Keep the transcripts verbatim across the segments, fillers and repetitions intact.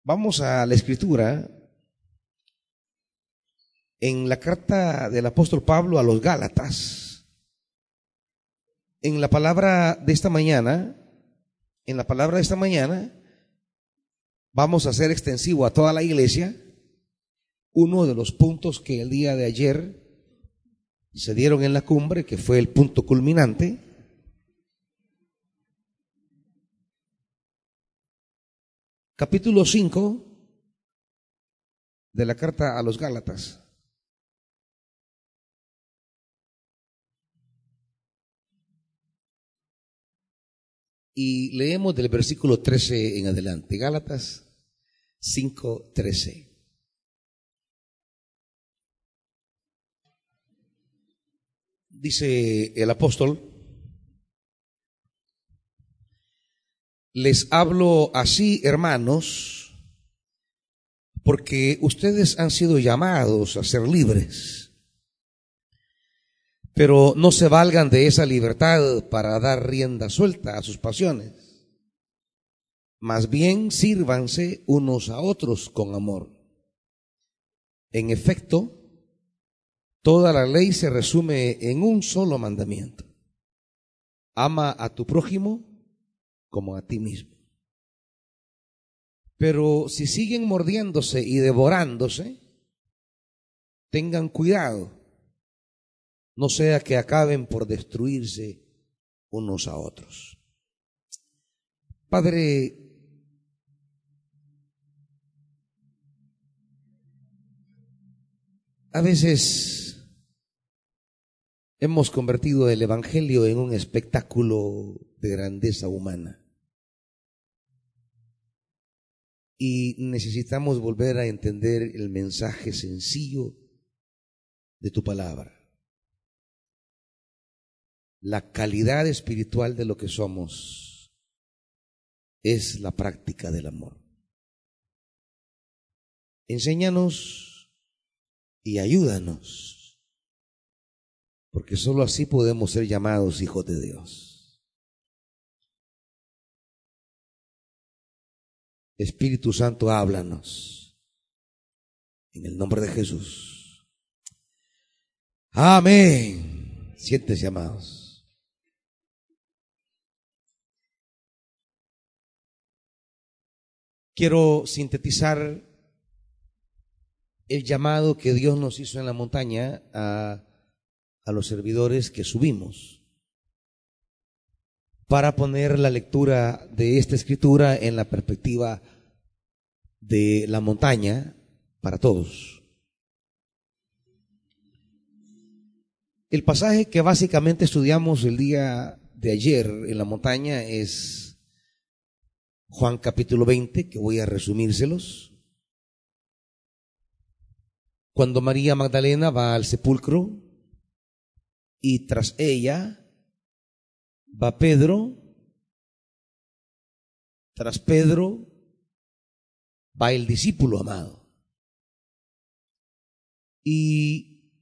Vamos a la Escritura en la carta del apóstol Pablo a los Gálatas. En la palabra de esta mañana, en la palabra de esta mañana, vamos a hacer extensivo a toda la iglesia uno de los puntos que el día de ayer se dieron en la cumbre, que fue el punto culminante. Capítulo cinco de la carta a los Gálatas. Y leemos del versículo trece en adelante. Gálatas cinco, trece. Dice el apóstol: les hablo así, hermanos, porque ustedes han sido llamados a ser libres, pero no se valgan de esa libertad para dar rienda suelta a sus pasiones. Más bien sírvanse unos a otros con amor. En efecto, toda la ley se resume en un solo mandamiento: ama a tu prójimo como a ti mismo. Pero si siguen mordiéndose y devorándose, tengan cuidado, no sea que acaben por destruirse unos a otros. Padre, a veces hemos convertido el evangelio en un espectáculo de grandeza humana y necesitamos volver a entender el mensaje sencillo de tu palabra. La calidad espiritual de lo que somos es la práctica del amor. Enséñanos y ayúdanos, porque sólo así podemos ser llamados hijos de Dios. Espíritu Santo, háblanos en el nombre de Jesús. Amén. Siéntese, amados. Quiero sintetizar el llamado que Dios nos hizo en la montaña a, a los servidores que subimos, para poner la lectura de esta escritura en la perspectiva de la montaña para todos. El pasaje que básicamente estudiamos el día de ayer en la montaña es Juan capítulo veinte, que voy a resumírselos. Cuando María Magdalena va al sepulcro y tras ella va Pedro, tras Pedro va el discípulo amado. Y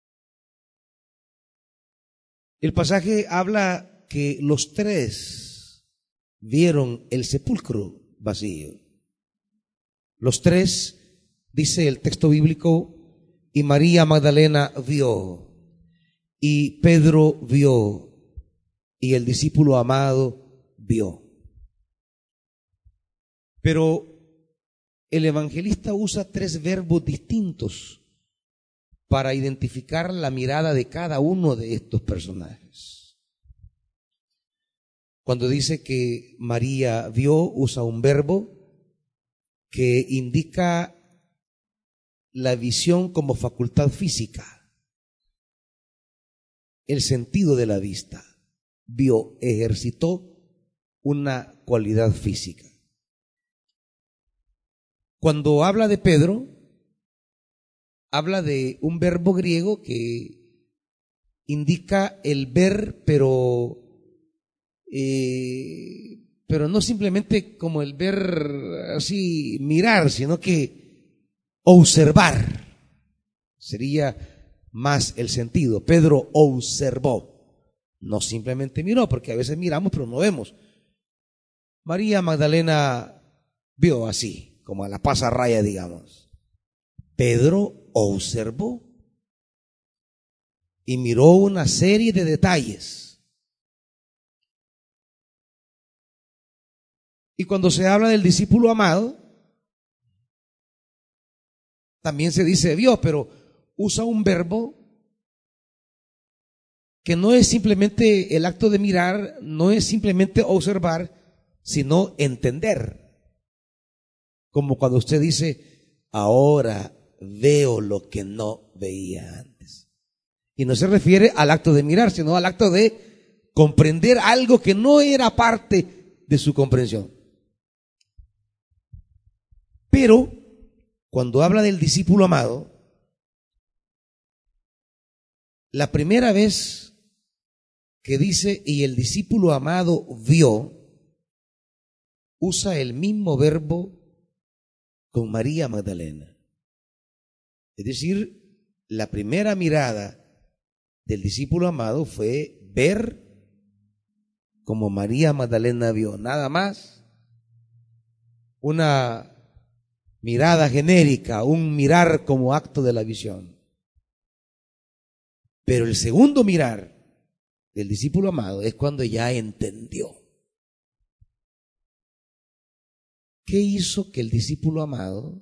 el pasaje habla que los tres vieron el sepulcro vacío. Los tres, dice el texto bíblico, y María Magdalena vio, y Pedro vio, y el discípulo amado vio. Pero el evangelista usa tres verbos distintos para identificar la mirada de cada uno de estos personajes. Cuando dice que María vio, usa un verbo que indica la visión como facultad física, el sentido de la vista. Vio, ejercitó una cualidad física. Cuando habla de Pedro, habla de un verbo griego que indica el ver, pero eh, pero no simplemente como el ver así, mirar, sino que observar sería más el sentido. Pedro observó. No simplemente miró, porque a veces miramos pero no vemos. María Magdalena vio así, como a la pasarraya, digamos. Pedro observó y miró una serie de detalles. Y cuando se habla del discípulo amado, también se dice vio, pero usa un verbo que no es simplemente el acto de mirar, no es simplemente observar, sino entender. Como cuando usted dice, ahora veo lo que no veía antes. Y no se refiere al acto de mirar, sino al acto de comprender algo que no era parte de su comprensión. Pero cuando habla del discípulo amado, la primera vez que dice, y el discípulo amado vio, usa el mismo verbo con María Magdalena. Es decir, la primera mirada del discípulo amado fue ver como María Magdalena vio, nada más. Una mirada genérica, un mirar como acto de la visión. Pero el segundo mirar del discípulo amado es cuando ya entendió. ¿Qué hizo que el discípulo amado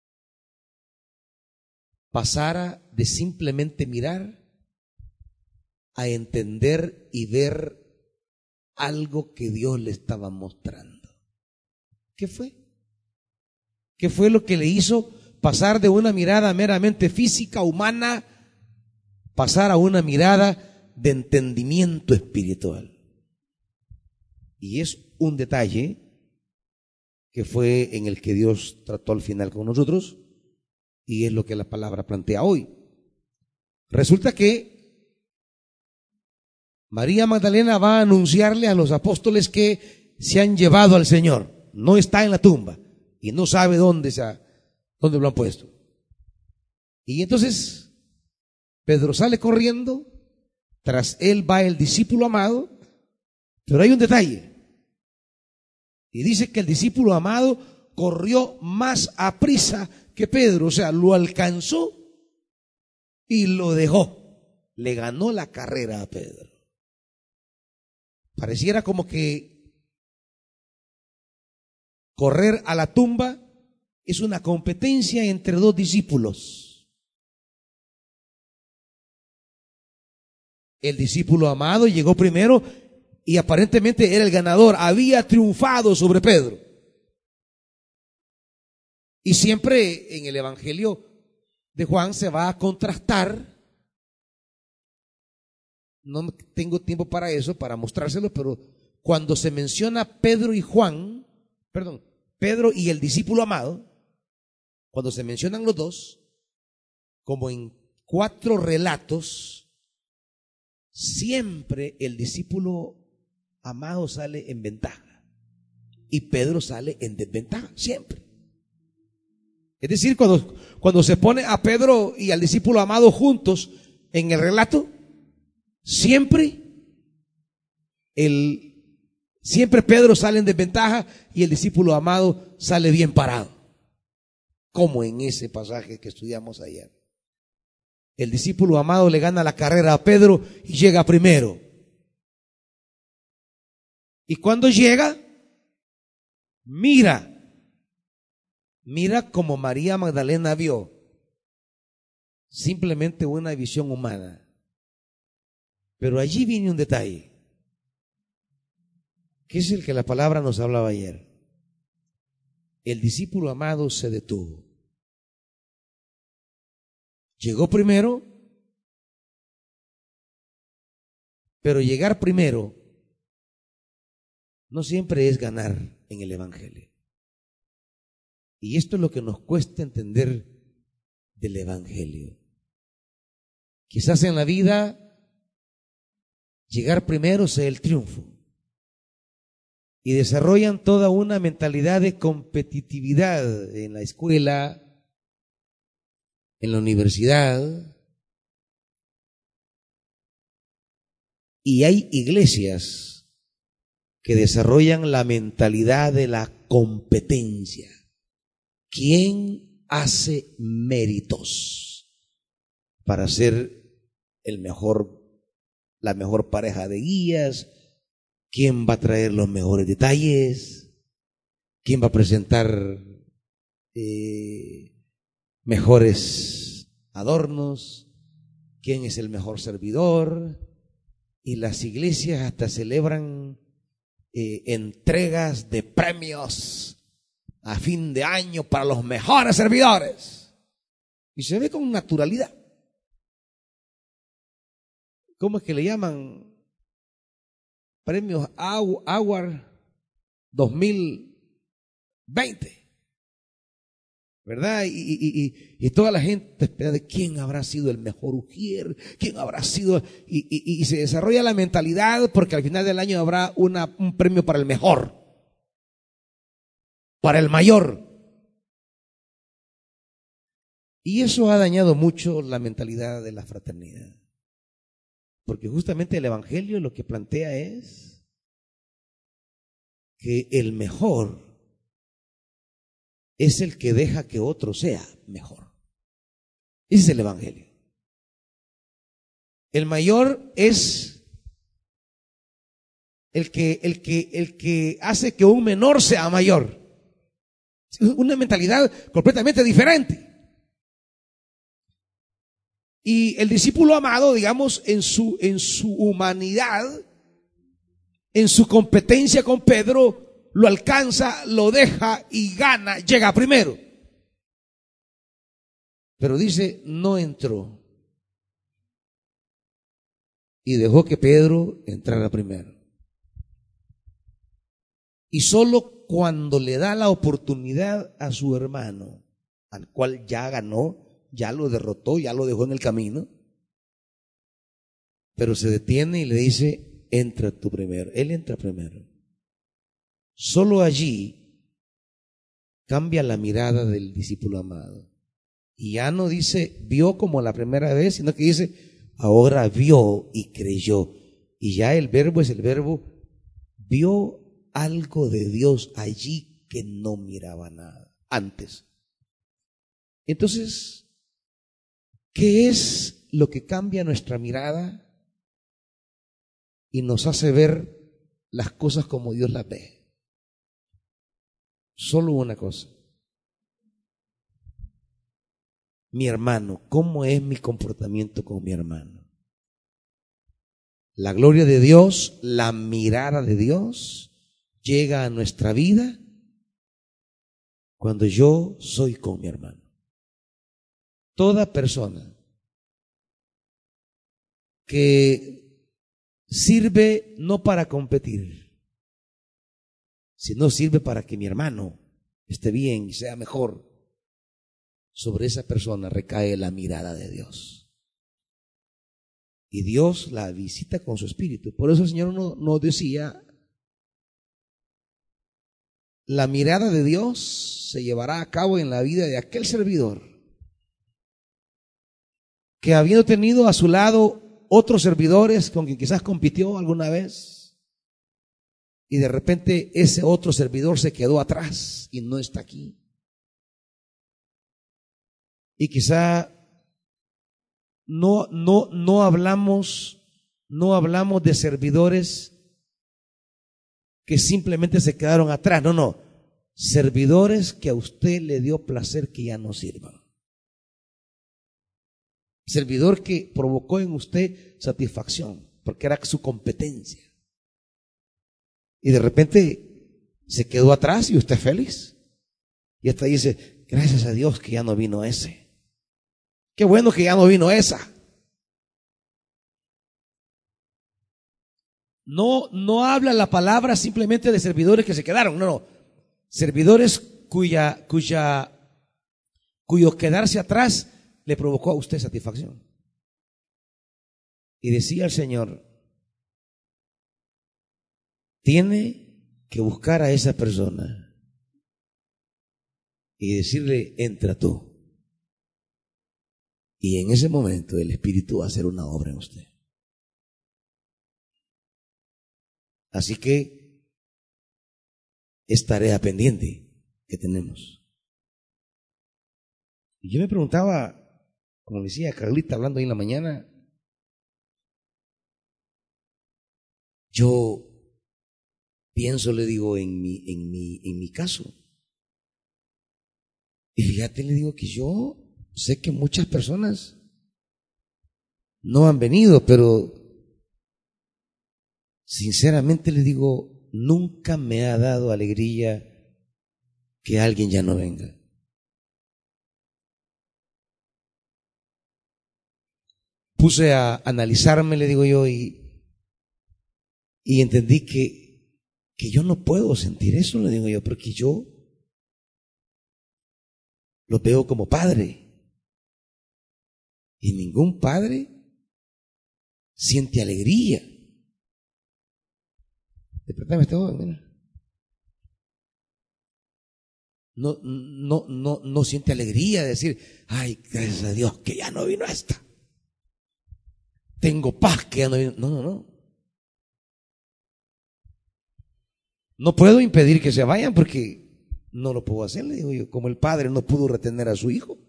pasara de simplemente mirar a entender y ver algo que Dios le estaba mostrando? ¿Qué fue? ¿Qué fue lo que le hizo pasar de una mirada meramente física, humana, pasar a una mirada de entendimiento espiritual? Y es un detalle que fue en el que Dios trató al final con nosotros, y es lo que la palabra plantea hoy. Resulta que María Magdalena va a anunciarle a los apóstoles que se han llevado al Señor. No está en la tumba y no sabe dónde, se ha, dónde lo han puesto. Y entonces Pedro sale corriendo, tras él va el discípulo amado, pero hay un detalle. Y dice que el discípulo amado corrió más aprisa que Pedro, o sea, lo alcanzó y lo dejó. Le ganó la carrera a Pedro. Pareciera como que correr a la tumba es una competencia entre dos discípulos. El discípulo amado llegó primero y aparentemente era el ganador, había triunfado sobre Pedro. Y siempre en el Evangelio de Juan se va a contrastar. No tengo tiempo para eso, para mostrárselo, pero cuando se menciona Pedro y Juan, perdón, Pedro y el discípulo amado, cuando se mencionan los dos, como en cuatro relatos, siempre el discípulo amado sale en ventaja y Pedro sale en desventaja, siempre. Es decir, cuando, cuando se pone a Pedro y al discípulo amado juntos en el relato, siempre el, siempre Pedro sale en desventaja y el discípulo amado sale bien parado, como en ese pasaje que estudiamos ayer. El discípulo amado le gana la carrera a Pedro y llega primero. Y cuando llega, mira, mira como María Magdalena vio, simplemente una visión humana. Pero allí viene un detalle, que es el que la palabra nos hablaba ayer. El discípulo amado se detuvo. Llegó primero, pero llegar primero no siempre es ganar en el Evangelio. Y esto es lo que nos cuesta entender del Evangelio. Quizás en la vida llegar primero sea el triunfo. Y desarrollan toda una mentalidad de competitividad en la escuela, en la universidad. Y hay iglesias que desarrollan la mentalidad de la competencia. ¿quién hace méritos para ser el mejor, la mejor pareja de guías? ¿Quién va a traer los mejores detalles? ¿Quién va a presentar eh, mejores adornos? ¿Quién es el mejor servidor? Y las iglesias hasta celebran eh, entregas de premios a fin de año para los mejores servidores. Y se ve con naturalidad. ¿Cómo es que le llaman? Premios Award dos mil veinte. ¿Verdad? Y, y, y, y toda la gente espera de quién habrá sido el mejor ujier, quién habrá sido, y, y, y se desarrolla la mentalidad porque al final del año habrá una, un premio para el mejor, para el mayor. Y eso ha dañado mucho la mentalidad de la fraternidad. Porque justamente el Evangelio lo que plantea es que el mejor es el que deja que otro sea mejor. Ese es el Evangelio. El mayor es el que, el que, el que hace que un menor sea mayor. Una mentalidad completamente diferente. Y el discípulo amado, digamos, en su, en su humanidad, en su competencia con Pedro, lo alcanza, lo deja y gana, llega primero. Pero dice, no entró. Y dejó que Pedro entrara primero. Y solo cuando le da la oportunidad a su hermano, al cual ya ganó, ya lo derrotó, ya lo dejó en el camino, pero se detiene y le dice, entra tú primero. Él entra primero. Solo allí cambia la mirada del discípulo amado. Y ya no dice, vio como la primera vez, sino que dice, ahora vio y creyó. Y ya el verbo es el verbo, vio algo de Dios allí que no miraba nada antes. Entonces, ¿qué es lo que cambia nuestra mirada y nos hace ver las cosas como Dios las ve? Solo una cosa. Mi hermano, ¿cómo es mi comportamiento con mi hermano? La gloria de Dios, la mirada de Dios llega a nuestra vida cuando yo soy con mi hermano. Toda persona que sirve no para competir, sino sirve para que mi hermano esté bien y sea mejor, sobre esa persona recae la mirada de Dios. Y Dios la visita con su espíritu. Por eso el Señor nos decía, la mirada de Dios se llevará a cabo en la vida de aquel servidor que, habiendo tenido a su lado otros servidores con quien quizás compitió alguna vez, y de repente ese otro servidor se quedó atrás y no está aquí. Y quizá no, no, no hablamos, no hablamos de servidores que simplemente se quedaron atrás. No, no. Servidores que a usted le dio placer que ya no sirvan. Servidor que provocó en usted satisfacción, porque era su competencia. Y de repente se quedó atrás y usted feliz. Y hasta dice, gracias a Dios que ya no vino ese. Qué bueno que ya no vino esa. No, no habla la palabra simplemente de servidores que se quedaron, no, no. Servidores cuya, cuya, cuyo quedarse atrás le provocó a usted satisfacción. Y decía el Señor, tiene que buscar a esa persona y decirle, entra tú. Y en ese momento el Espíritu va a hacer una obra en usted. Así que es tarea pendiente que tenemos. Y yo me preguntaba, como decía Carlita hablando ahí en la mañana, yo pienso, le digo, en mi, en mi, en mi caso. Y fíjate, le digo que yo sé que muchas personas no han venido, pero sinceramente le digo, nunca me ha dado alegría que alguien ya no venga. Puse a analizarme, le digo yo, y, y entendí que, que yo no puedo sentir eso, le digo yo, porque yo lo veo como padre. Y ningún padre siente alegría. Despertame este joven, mira. No, no, no, no siente alegría de decir, ay, gracias a Dios que ya no vino esta. Tengo paz que ya no vino. No, no, no. No puedo impedir que se vayan porque no lo puedo hacer, le digo yo, como el padre no pudo retener a su hijo.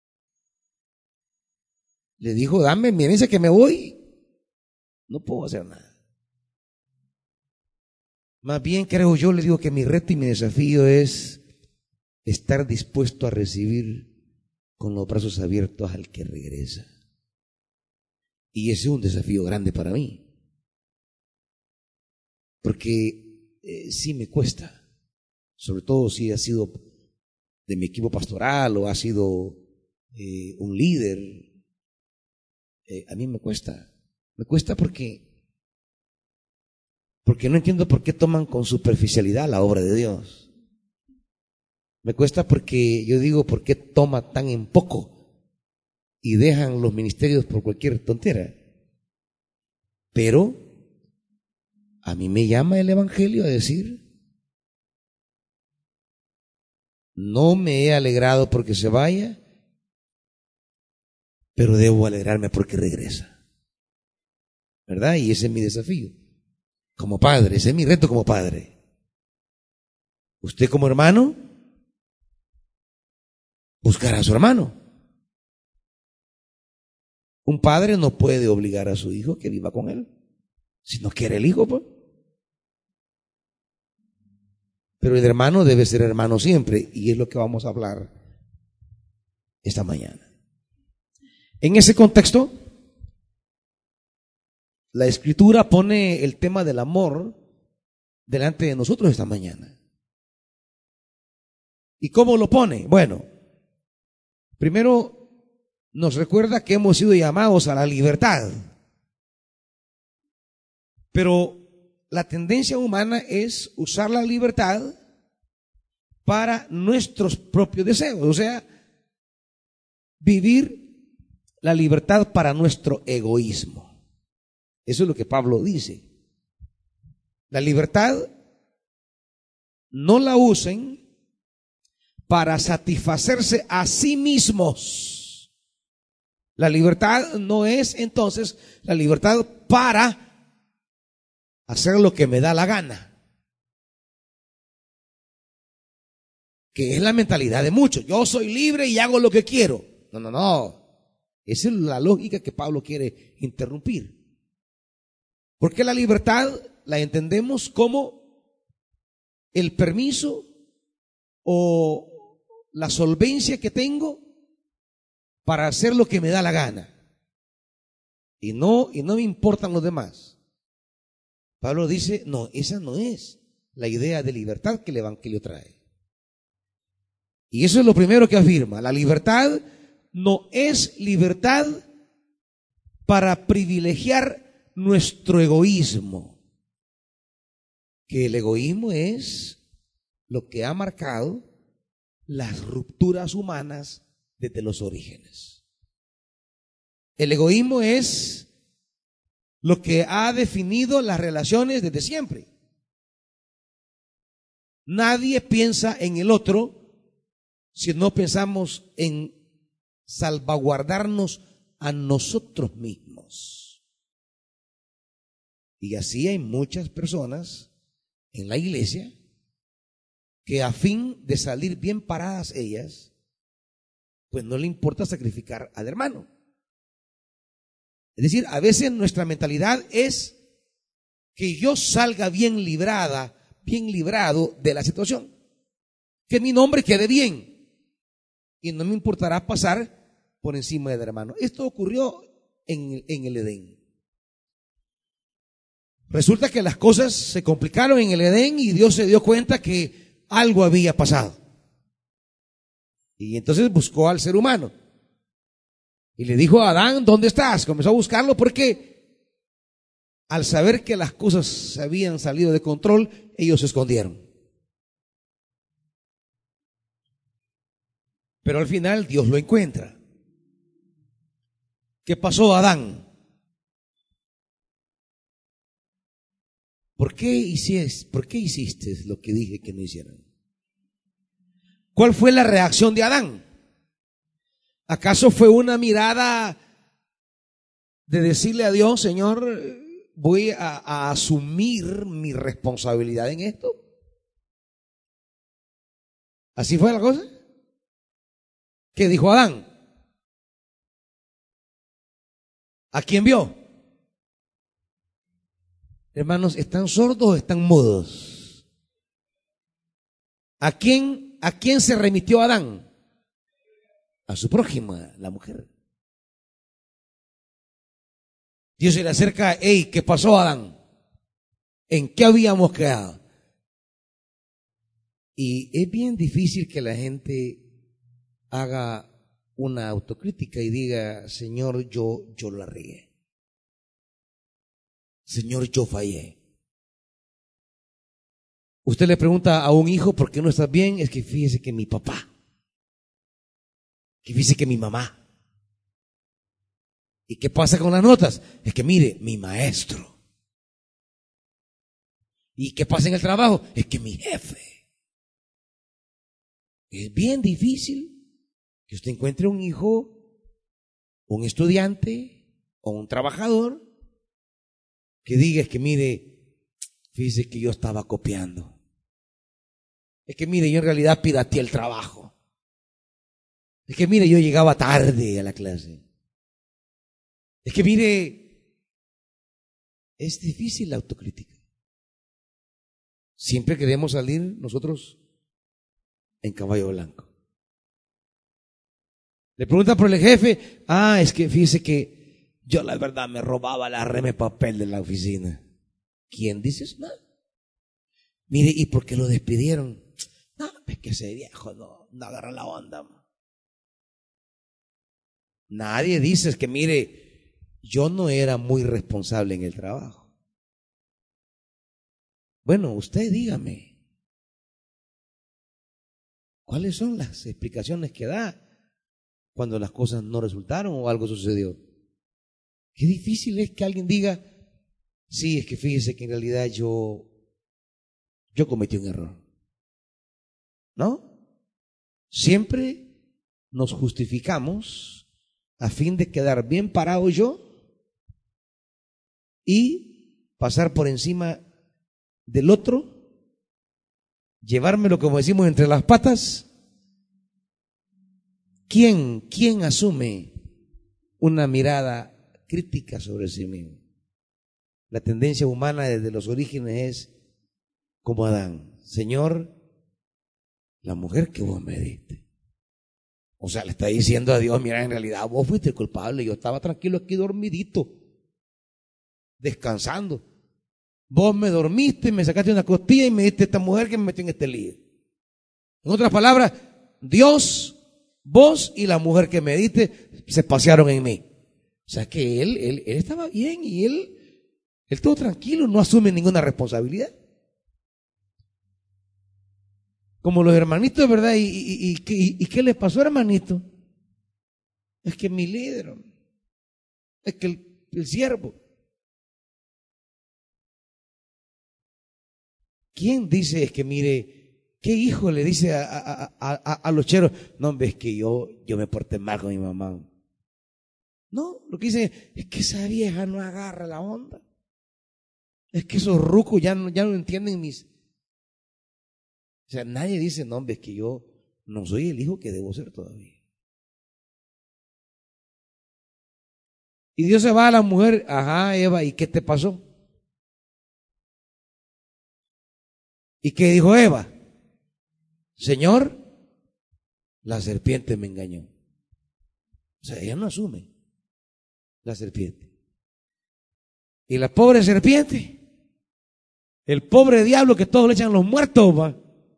Le dijo, dame, me dice que me voy. No puedo hacer nada. Más bien creo yo, le digo que mi reto y mi desafío es estar dispuesto a recibir con los brazos abiertos al que regresa. Y ese es un desafío grande para mí. Porque eh, sí me cuesta, sobre todo si ha sido de mi equipo pastoral o ha sido eh, un líder. Eh, a mí me cuesta, me cuesta porque, porque no entiendo por qué toman con superficialidad la obra de Dios. Me cuesta porque yo digo, ¿por qué toma tan en poco y dejan los ministerios por cualquier tontera? Pero a mí me llama el Evangelio a decir, no me he alegrado porque se vaya, pero debo alegrarme porque regresa. ¿Verdad? Y ese es mi desafío. Como padre, ese es mi reto como padre. Usted como hermano, buscar a su hermano. Un padre no puede obligar a su hijo que viva con él. Si no quiere el hijo, pues. Pero el hermano debe ser hermano siempre, y es lo que vamos a hablar esta mañana. En ese contexto, la Escritura pone el tema del amor delante de nosotros esta mañana. ¿Y cómo lo pone? Bueno, primero nos recuerda que hemos sido llamados a la libertad. Pero la tendencia humana es usar la libertad para nuestros propios deseos, o sea, vivir la libertad para nuestro egoísmo. Eso es lo que Pablo dice. La libertad no la usen para satisfacerse a sí mismos. La libertad no es entonces la libertad para hacer lo que me da la gana, que es la mentalidad de muchos. Yo soy libre y hago lo que quiero. No, no, no. Esa es la lógica que Pablo quiere interrumpir. Porque la libertad la entendemos como el permiso o la solvencia que tengo para hacer lo que me da la gana. Y no, y no me importan los demás. Pablo dice, no, esa no es la idea de libertad que el Evangelio trae. Y eso es lo primero que afirma. La libertad no es libertad para privilegiar nuestro egoísmo. Que el egoísmo es lo que ha marcado las rupturas humanas desde los orígenes. El egoísmo es lo que ha definido las relaciones desde siempre. Nadie piensa en el otro si no pensamos en salvaguardarnos a nosotros mismos. Y así hay muchas personas en la iglesia que a fin de salir bien paradas ellas, pues no le importa sacrificar al hermano. Es decir, a veces nuestra mentalidad es que yo salga bien librada, bien librado de la situación, que mi nombre quede bien y no me importará pasar por encima del hermano. Esto ocurrió en, en el Edén. Resulta que las cosas se complicaron en el Edén y Dios se dio cuenta que algo había pasado. Y entonces buscó al ser humano. Y le dijo a Adán, ¿dónde estás? Comenzó a buscarlo porque al saber que las cosas se habían salido de control, ellos se escondieron. Pero al final Dios lo encuentra. ¿Qué pasó, Adán? ¿Por qué hiciste, por qué hiciste lo que dije que no hicieran? ¿Cuál fue la reacción de Adán? ¿Acaso fue una mirada de decirle a Dios, Señor, voy a, a asumir mi responsabilidad en esto? ¿Así fue la cosa? ¿Qué dijo Adán? ¿A quién vio? Hermanos, ¿están sordos o están mudos? ¿A quién, a quién se remitió Adán? A su prójima, la mujer. Dios se le acerca, hey, ¿qué pasó, Adán? ¿En qué habíamos quedado? Y es bien difícil que la gente haga una autocrítica y diga, Señor, yo, yo la regué. Señor, yo fallé. Usted le pregunta a un hijo, ¿por qué no estás bien? Es que fíjese que mi papá, que fíjese que mi mamá. ¿Y qué pasa con las notas? Es que mire, mi maestro. ¿Y qué pasa en el trabajo? Es que mi jefe. Es bien difícil que usted encuentre un hijo, un estudiante o un trabajador que diga, es que mire, fíjese que yo estaba copiando. Es que mire, yo en realidad pirateé el trabajo. Es que mire, yo llegaba tarde a la clase. Es que mire, es difícil la autocrítica. Siempre queremos salir nosotros en caballo blanco. Le pregunta por el jefe, ah, es que fíjese que yo la verdad me robaba la reme papel de la oficina. ¿Quién dice eso? No. Mire, ¿y por qué lo despidieron? No, es que ese viejo no, no agarra la onda. Nadie dice, es que mire, yo no era muy responsable en el trabajo. Bueno, usted dígame, ¿cuáles son las explicaciones que da cuando las cosas no resultaron o algo sucedió? Qué difícil es que alguien diga, sí, es que fíjese que en realidad yo, yo cometí un error. ¿No? Siempre nos justificamos a fin de quedar bien parado yo y pasar por encima del otro, llevármelo, como decimos, entre las patas. ¿Quién, quién asume una mirada crítica sobre sí mismo? La tendencia humana desde los orígenes es como Adán. Señor, la mujer que vos me diste. O sea, le está diciendo a Dios, mira, en realidad vos fuiste el culpable. Yo estaba tranquilo aquí dormidito, descansando. Vos me dormiste, me sacaste una costilla y me diste esta mujer que me metió en este lío. En otras palabras, Dios, vos y la mujer que me diste se pasearon en mí. O sea que él, él, él estaba bien y él, él estuvo tranquilo, no asume ninguna responsabilidad. Como los hermanitos, ¿verdad? ¿Y, y, y, y, y qué le pasó, hermanito? Es que mi líder, es que el, el siervo. ¿Quién dice es que mire, qué hijo le dice a, a, a, a, a los cheros? No, hombre, es que yo, yo me porté mal con mi mamá. No, lo que dice es que esa vieja no agarra la onda. Es que esos rucos ya no, ya no entienden mis... O sea, nadie dice, no, hombre, es que yo no soy el hijo que debo ser todavía. Y Dios se va a la mujer, ajá, Eva, ¿y qué te pasó? ¿Y qué dijo Eva? Señor, la serpiente me engañó. O sea, ella no asume la serpiente. Y la pobre serpiente, el pobre diablo que todos le echan los muertos, va.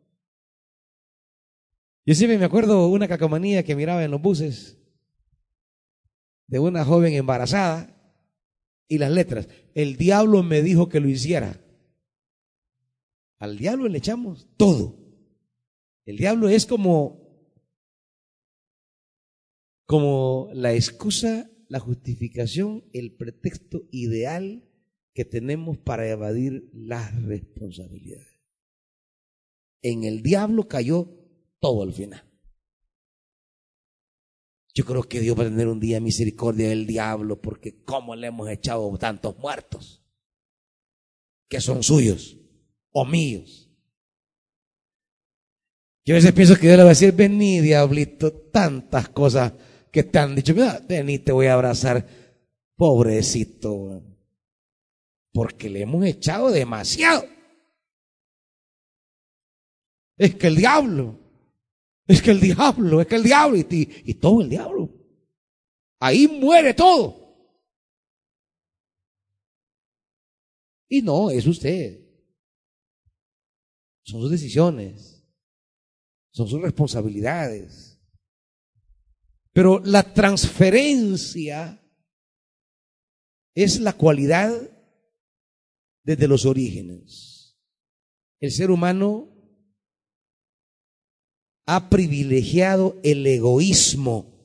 Yo siempre me acuerdo una cacamanía que miraba en los buses de una joven embarazada y las letras: el diablo me dijo que lo hiciera. Al diablo le echamos todo. El diablo es como como la excusa, la justificación, el pretexto ideal que tenemos para evadir las responsabilidades. En el diablo cayó todo al final. Yo creo que Dios va a tener un día misericordia del diablo, porque cómo le hemos echado tantos muertos que son suyos o míos. Yo a veces pienso que Dios le va a decir: vení, diablito, tantas cosas que te han dicho, mira, vení, te voy a abrazar, pobrecito, porque le hemos echado demasiado. Es que el diablo, es que el diablo, es que el diablo, y, y, y todo el diablo. Ahí muere todo. Y no, es usted. Son sus decisiones, son sus responsabilidades. Pero la transferencia es la cualidad desde los orígenes. El ser humano ha privilegiado el egoísmo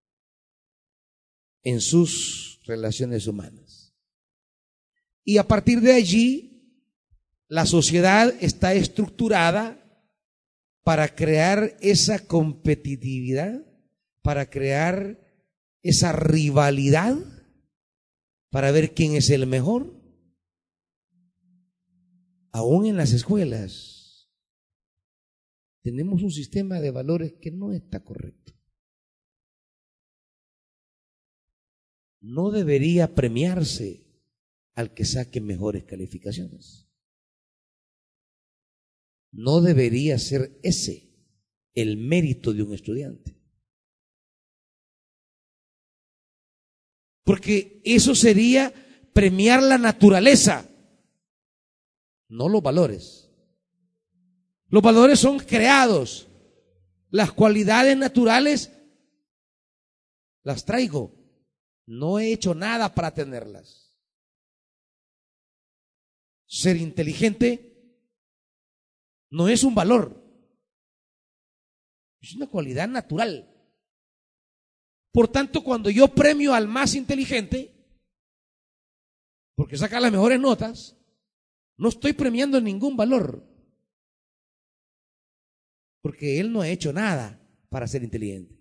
en sus relaciones humanas. Y a partir de allí, la sociedad está estructurada para crear esa competitividad, para crear esa rivalidad, para ver quién es el mejor. Aún en las escuelas tenemos un sistema de valores que no está correcto. No debería premiarse al que saque mejores calificaciones. No debería ser ese el mérito de un estudiante. Porque eso sería premiar la naturaleza, no los valores. Los valores son creados. Las cualidades naturales las traigo. No he hecho nada para tenerlas. Ser inteligente no es un valor, es una cualidad natural. Por tanto, cuando yo premio al más inteligente, porque saca las mejores notas, no estoy premiando ningún valor, porque él no ha hecho nada para ser inteligente.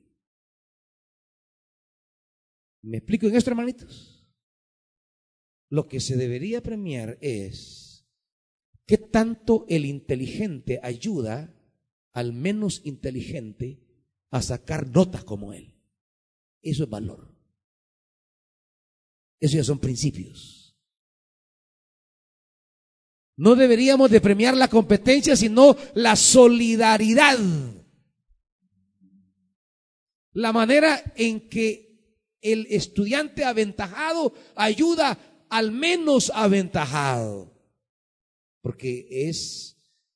¿Me explico en esto, hermanitos? Lo que se debería premiar es qué tanto el inteligente ayuda al menos inteligente a sacar notas como él. Eso es valor. Eso ya son principios. No deberíamos de premiar la competencia, sino la solidaridad. La manera en que el estudiante aventajado ayuda al menos aventajado. Porque es,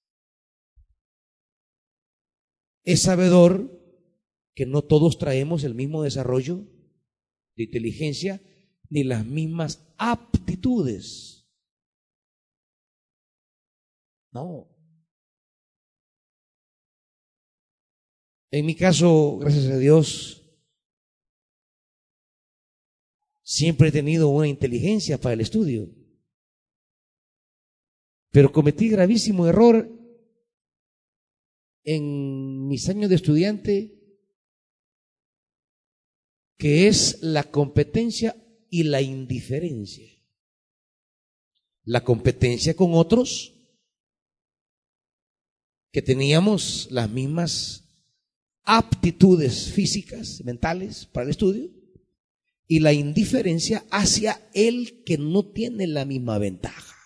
es sabedor que no todos traemos el mismo desarrollo de inteligencia ni las mismas aptitudes. No. En mi caso, gracias a Dios, siempre he tenido una inteligencia para el estudio. Pero cometí gravísimo error en mis años de estudiante, que es la competencia y la indiferencia. La competencia con otros que teníamos las mismas aptitudes físicas, mentales para el estudio, y la indiferencia hacia el que no tiene la misma ventaja.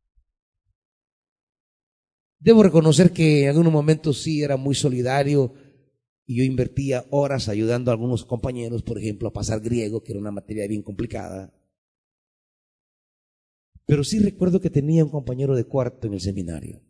Debo reconocer que en algunos momentos sí era muy solidario y yo invertía horas ayudando a algunos compañeros, por ejemplo, a pasar griego, que era una materia bien complicada. Pero sí recuerdo que tenía un compañero de cuarto en el seminario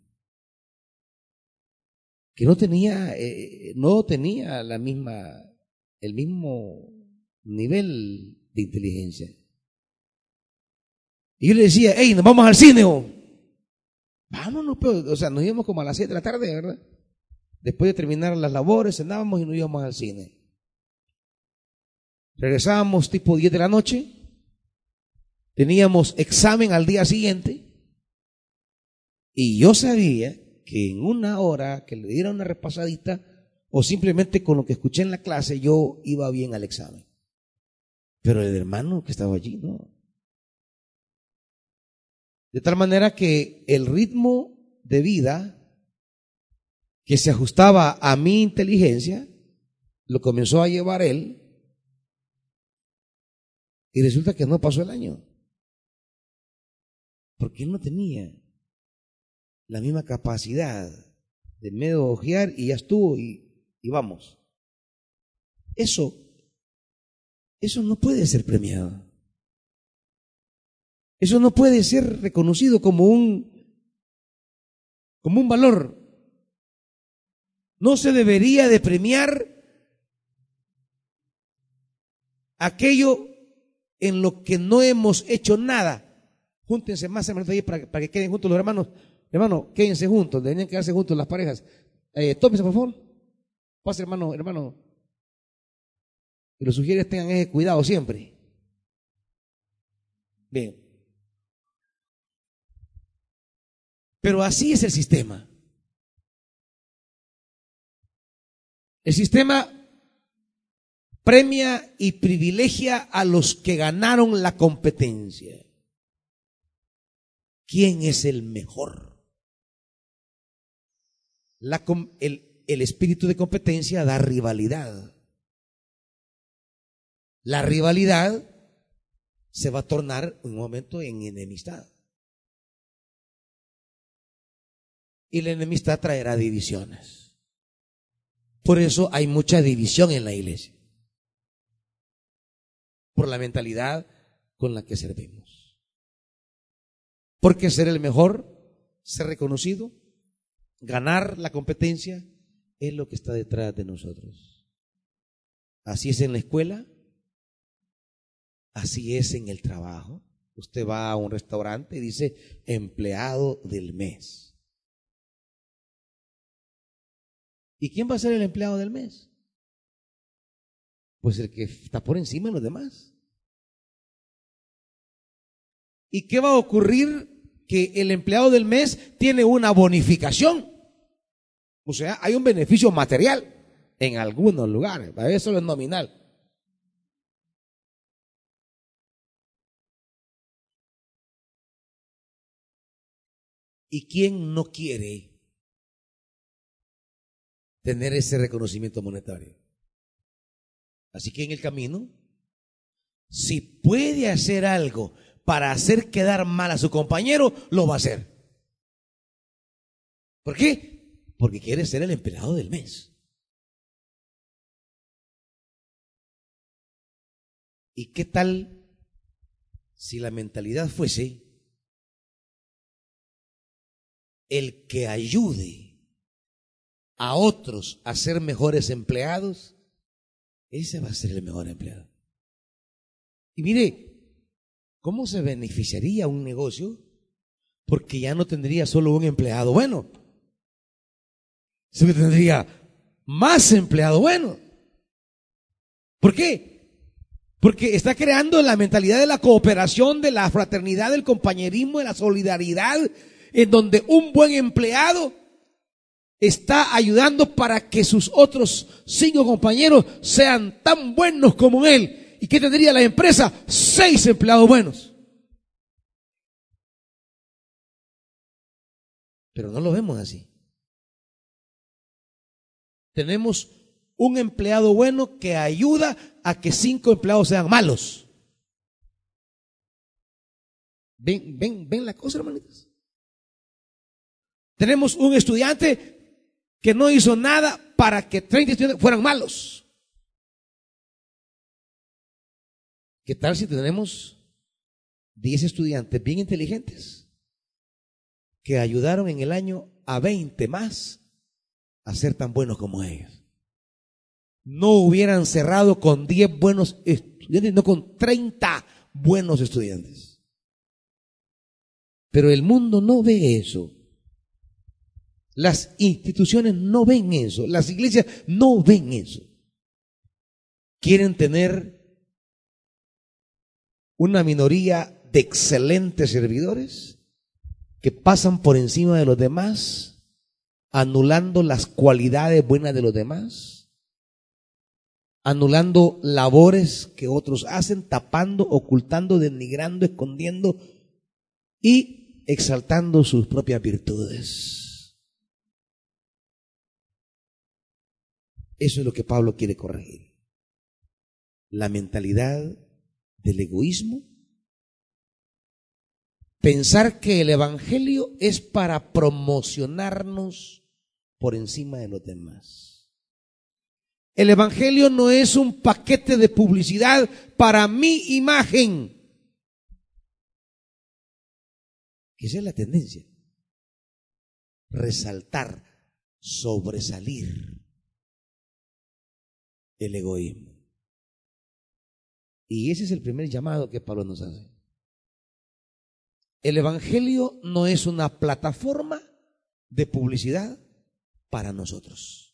que no tenía, eh, no tenía la misma, el mismo nivel de inteligencia. Y yo le decía, hey, nos vamos al cine. O, vámonos, pues. O sea, nos íbamos como a las siete de la tarde, ¿verdad? Después de terminar las labores, cenábamos y nos íbamos al cine. Regresábamos tipo diez de la noche. Teníamos examen al día siguiente. Y yo sabía que en una hora que le diera una repasadita o simplemente con lo que escuché en la clase yo iba bien al examen. Pero el hermano que estaba allí, no. De tal manera que el ritmo de vida que se ajustaba a mi inteligencia lo comenzó a llevar él y resulta que no pasó el año. Porque él no tenía la misma capacidad de medio ojear y ya estuvo y, y vamos. Eso, eso no puede ser premiado. Eso no puede ser reconocido como un, como un valor. No se debería de premiar aquello en lo que no hemos hecho nada. Júntense más hermanos ahí para, para que queden juntos los hermanos. Hermano, quédense juntos, deberían quedarse juntos las parejas. Eh, tómense, por favor. Pase, hermano, hermano. Y los sugieres tengan ese cuidado siempre. Bien. Pero así es el sistema. El sistema premia y privilegia a los que ganaron la competencia. ¿Quién es el mejor? La, el, el espíritu de competencia da rivalidad. La rivalidad se va a tornar un momento en enemistad. Y la enemistad traerá divisiones. Por eso hay mucha división en la iglesia. Por la mentalidad con la que servimos. Porque ser el mejor, ser reconocido, ganar la competencia es lo que está detrás de nosotros. Así es en la escuela, así es en el trabajo. Usted va a un restaurante y dice empleado del mes. ¿Y quién va a ser el empleado del mes? Pues el que está por encima de los demás. ¿Y qué va a ocurrir? Que el empleado del mes tiene una bonificación. O sea, hay un beneficio material en algunos lugares. A veces solo es nominal. ¿Y quién no quiere tener ese reconocimiento monetario? Así que en el camino, si puede hacer algo para hacer quedar mal a su compañero, lo va a hacer. ¿Por qué? Porque quiere ser el empleado del mes. ¿Y qué tal si la mentalidad fuese el que ayude a otros a ser mejores empleados? Ese va a ser el mejor empleado. Y mire, ¿cómo se beneficiaría un negocio? Porque ya no tendría solo un empleado bueno, sino que tendría más empleados buenos. ¿Por qué? Porque está creando la mentalidad de la cooperación, de la fraternidad, del compañerismo, de la solidaridad, en donde un buen empleado está ayudando para que sus otros cinco compañeros sean tan buenos como él. ¿Y qué tendría la empresa? Seis empleados buenos. Pero no lo vemos así. Tenemos un empleado bueno que ayuda a que cinco empleados sean malos. Ven, ven, ven la cosa, hermanitas. Tenemos un estudiante que no hizo nada para que treinta estudiantes fueran malos. ¿Qué tal si tenemos diez estudiantes bien inteligentes que ayudaron en el año a veinte más a ser tan buenos como ellos? No hubieran cerrado con diez buenos estudiantes, no con treinta buenos estudiantes. Pero el mundo no ve eso. Las instituciones no ven eso. Las iglesias no ven eso. Quieren tener una minoría de excelentes servidores que pasan por encima de los demás, anulando las cualidades buenas de los demás, anulando labores que otros hacen, tapando, ocultando, denigrando, escondiendo y exaltando sus propias virtudes. Eso es lo que Pablo quiere corregir. La mentalidad del egoísmo. Pensar que el evangelio es para promocionarnos por encima de los demás. El evangelio no es un paquete de publicidad para mi imagen. Esa es la tendencia. Resaltar, sobresalir el egoísmo. Y ese es el primer llamado que Pablo nos hace. El evangelio no es una plataforma de publicidad para nosotros.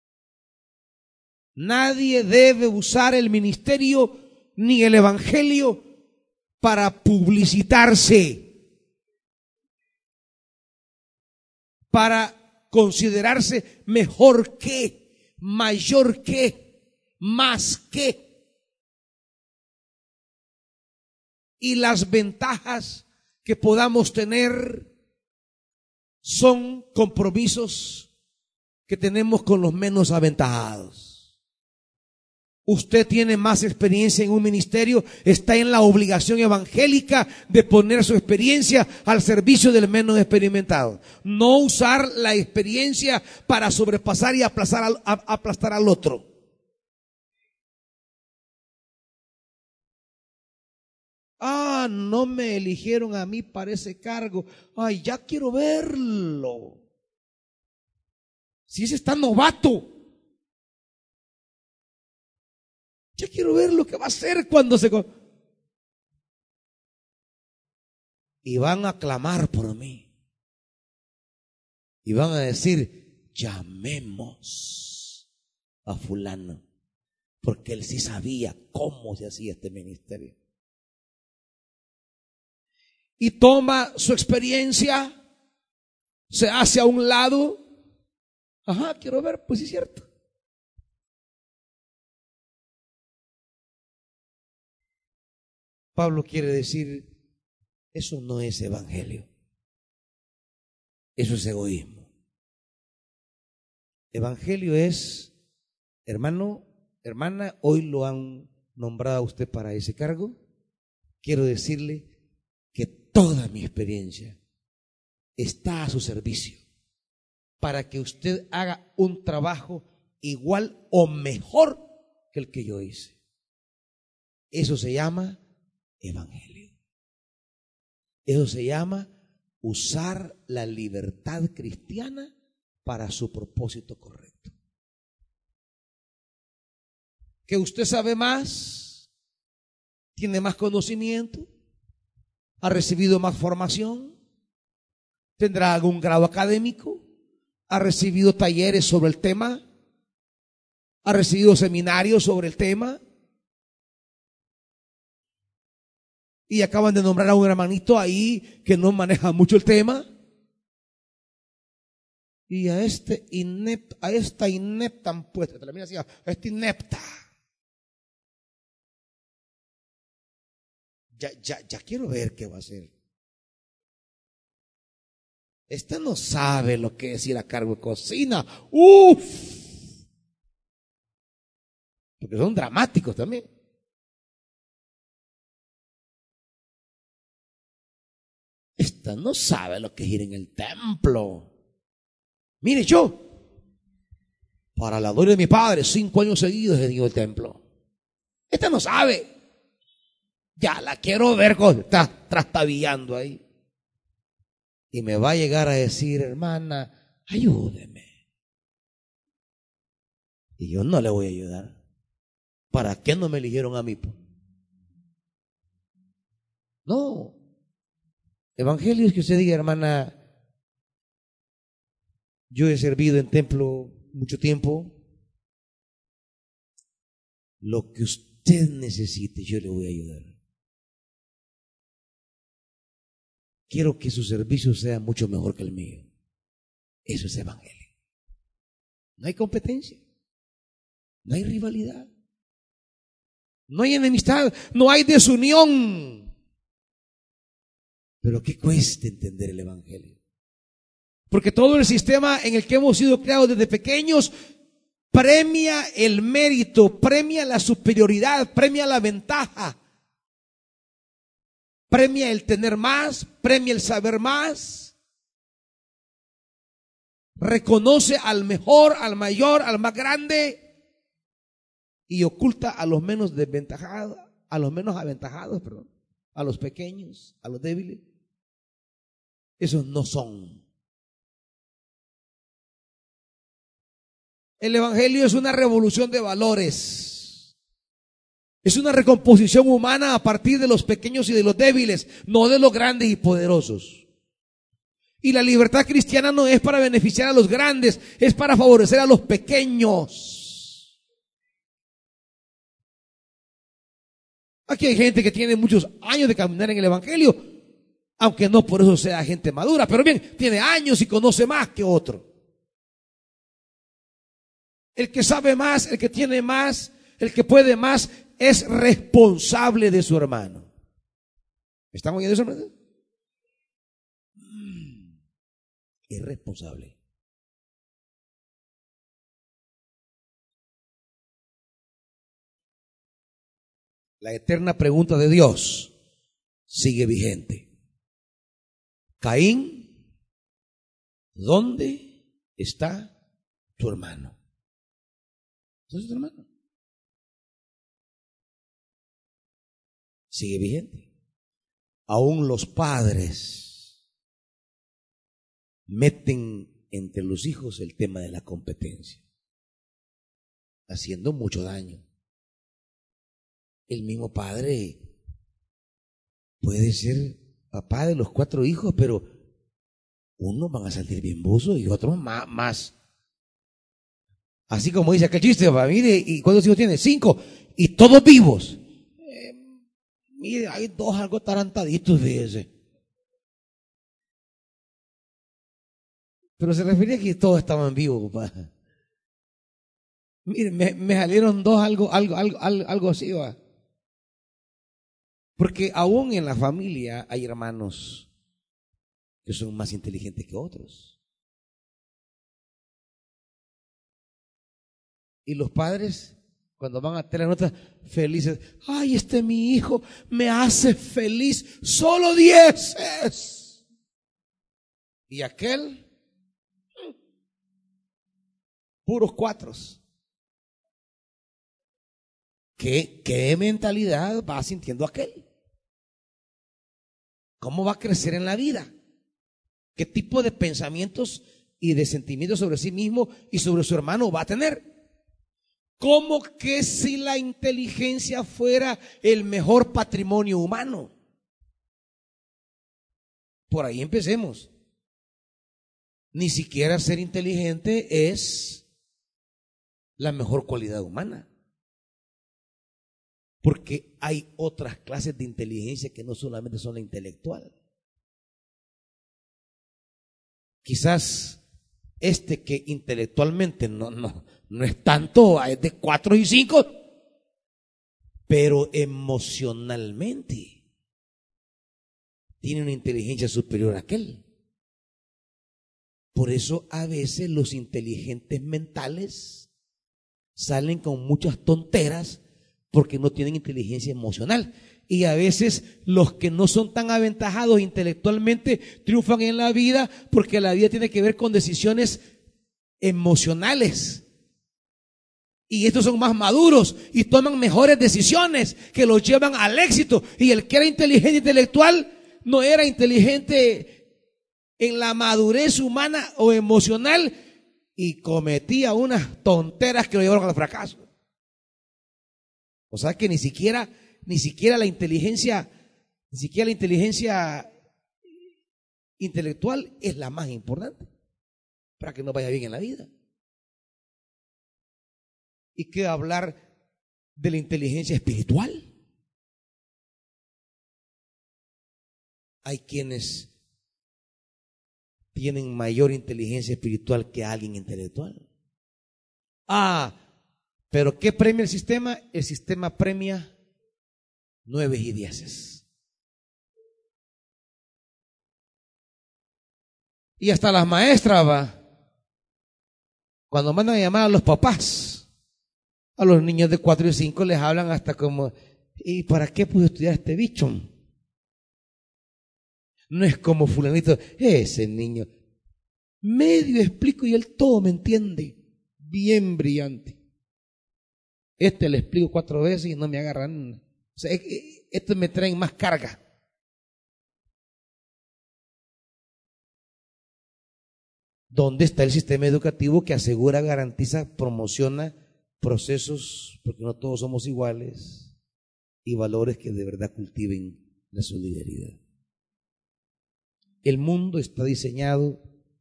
Nadie debe usar el ministerio ni el evangelio para publicitarse, para considerarse mejor que, mayor que, más que. Y las ventajas que podamos tener son compromisos que tenemos con los menos aventajados. Usted tiene más experiencia en un ministerio, está en la obligación evangélica de poner su experiencia al servicio del menos experimentado. No usar la experiencia para sobrepasar y aplastar al, a, aplastar al otro. Ah, no me eligieron a mí para ese cargo. Ay, ya quiero verlo. Si ese está novato. Ya quiero ver lo que va a hacer cuando se... Y van a clamar por mí. Y van a decir, llamemos a fulano. Porque él sí sabía cómo se hacía este ministerio. Y toma su experiencia, se hace a un lado. Ajá, quiero ver, pues sí es cierto. Pablo quiere decir, eso no es evangelio. Eso es egoísmo. Evangelio es, hermano, hermana, hoy lo han nombrado a usted para ese cargo. Quiero decirle que toda mi experiencia está a su servicio para que usted haga un trabajo igual o mejor que el que yo hice. Eso se llama evangelio. Eso se llama usar la libertad cristiana para su propósito correcto. Que usted sabe más, tiene más conocimiento, ha recibido más formación, tendrá algún grado académico, ha recibido talleres sobre el tema, ha recibido seminarios sobre el tema, y acaban de nombrar a un hermanito ahí que no maneja mucho el tema, y a este inepta, a esta inepta han puesto, te la mira así, a esta inepta. Ya, ya, ya quiero ver qué va a hacer. Esta no sabe lo que es ir a cargo de cocina. Uf. Porque son dramáticos también. esta no sabe lo que es ir en el templo. Mire, yo, para la gloria de mi Padre, cinco años seguidos he ido al templo. Esta no sabe. Ya la quiero ver cuando está trastabillando ahí. Y me va a llegar a decir, hermana, ayúdeme. Y yo no le voy a ayudar. ¿Para qué no me eligieron a mí? No. Evangelio es que usted diga, hermana, yo he servido en templo mucho tiempo. Lo que usted necesite, yo le voy a ayudar. Quiero que su servicio sea mucho mejor que el mío. Eso es evangelio. No hay competencia. No hay rivalidad. No hay enemistad. No hay desunión. Pero ¿qué cuesta entender el evangelio? Porque todo el sistema en el que hemos sido creados desde pequeños premia el mérito, premia la superioridad, premia la ventaja. Premia el tener más, premia el saber más. Reconoce al mejor, al mayor, al más grande y oculta a los menos desventajados, a los menos aventajados, perdón, a los pequeños, a los débiles. Esos no son. El evangelio es una revolución de valores. Es una recomposición humana a partir de los pequeños y de los débiles, no de los grandes y poderosos. Y la libertad cristiana no es para beneficiar a los grandes, es para favorecer a los pequeños. Aquí hay gente que tiene muchos años de caminar en el evangelio, aunque no por eso sea gente madura, pero bien, tiene años y conoce más que otro. El que sabe más, el que tiene más, el que puede más, es responsable de su hermano. ¿Me están oyendo eso, hermano? Es responsable. La eterna pregunta de Dios sigue vigente. Caín, ¿dónde está tu hermano? ¿Dónde está tu hermano? Sigue vigente. Aún los padres meten entre los hijos el tema de la competencia, haciendo mucho daño. El mismo padre puede ser papá de los cuatro hijos, pero unos van a salir bien buzos y otros más, más. Así como dice aquel chiste, papá, mire, ¿y cuántos hijos tiene? Cinco, y todos vivos. Mire, hay dos algo tarantaditos, fíjese. Pero se refería a que todos estaban vivos, papá. Mire, me, me salieron dos algo, algo, algo, algo, algo así, va. Porque aún en la familia hay hermanos que son más inteligentes que otros. Y los padres, cuando van a tener notas felices, ay, este mi hijo me hace feliz, solo dieces. Y aquel, puros cuatros. ¿Qué, qué mentalidad va sintiendo aquel? ¿Cómo va a crecer en la vida? ¿Qué tipo de pensamientos y de sentimientos sobre sí mismo y sobre su hermano va a tener? Como que si la inteligencia fuera el mejor patrimonio humano. Por ahí empecemos. Ni siquiera ser inteligente es la mejor cualidad humana. Porque hay otras clases de inteligencia que no solamente son la intelectual. Quizás este que intelectualmente no, no, no es tanto, es de cuatro y cinco, pero emocionalmente tiene una inteligencia superior a aquel. Por eso a veces los inteligentes mentales salen con muchas tonteras porque no tienen inteligencia emocional. Y a veces los que no son tan aventajados intelectualmente triunfan en la vida porque la vida tiene que ver con decisiones emocionales. Y estos son más maduros y toman mejores decisiones que los llevan al éxito. Y el que era inteligente intelectual no era inteligente en la madurez humana o emocional y cometía unas tonteras que lo llevaron al fracaso. O sea que ni siquiera, ni siquiera la inteligencia, ni siquiera la inteligencia intelectual es la más importante para que nos vaya bien en la vida. ¿Y qué hablar de la inteligencia espiritual? Hay quienes tienen mayor inteligencia espiritual que alguien intelectual. Ah, pero ¿qué premia el sistema? El sistema premia nueve y dieces. Y hasta las maestras, va, cuando mandan a llamar a los papás, a los niños de cuatro y cinco les hablan hasta como, ¿y para qué pude estudiar este bicho? No es como fulanito, ese niño, medio explico y él todo me entiende, bien brillante. Este le explico cuatro veces y no me agarran. O sea, estos me traen más carga. ¿Dónde está el sistema educativo que asegura, garantiza, promociona procesos, porque no todos somos iguales, y valores que de verdad cultiven la solidaridad? El mundo está diseñado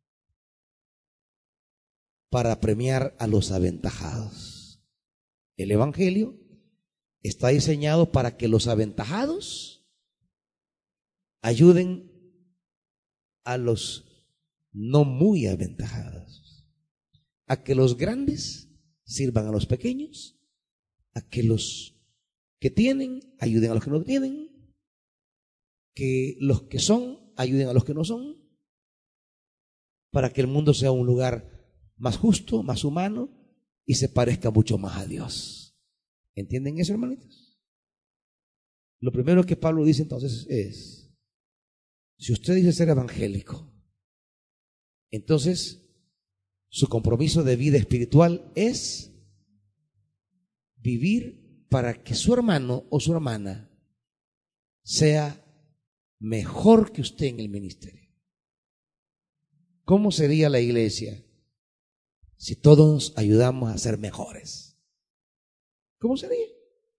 para premiar a los aventajados. El evangelio está diseñado para que los aventajados ayuden a los no muy aventajados, a que los grandes sirvan a los pequeños, a que los que tienen ayuden a los que no tienen, que los que son ayuden a los que no son, para que el mundo sea un lugar más justo, más humano y se parezca mucho más a Dios. ¿Entienden eso, hermanitos? Lo primero que Pablo dice entonces es, si usted dice ser evangélico, entonces su compromiso de vida espiritual es vivir para que su hermano o su hermana sea mejor que usted en el ministerio. ¿Cómo sería la iglesia si todos ayudamos a ser mejores? ¿Cómo sería?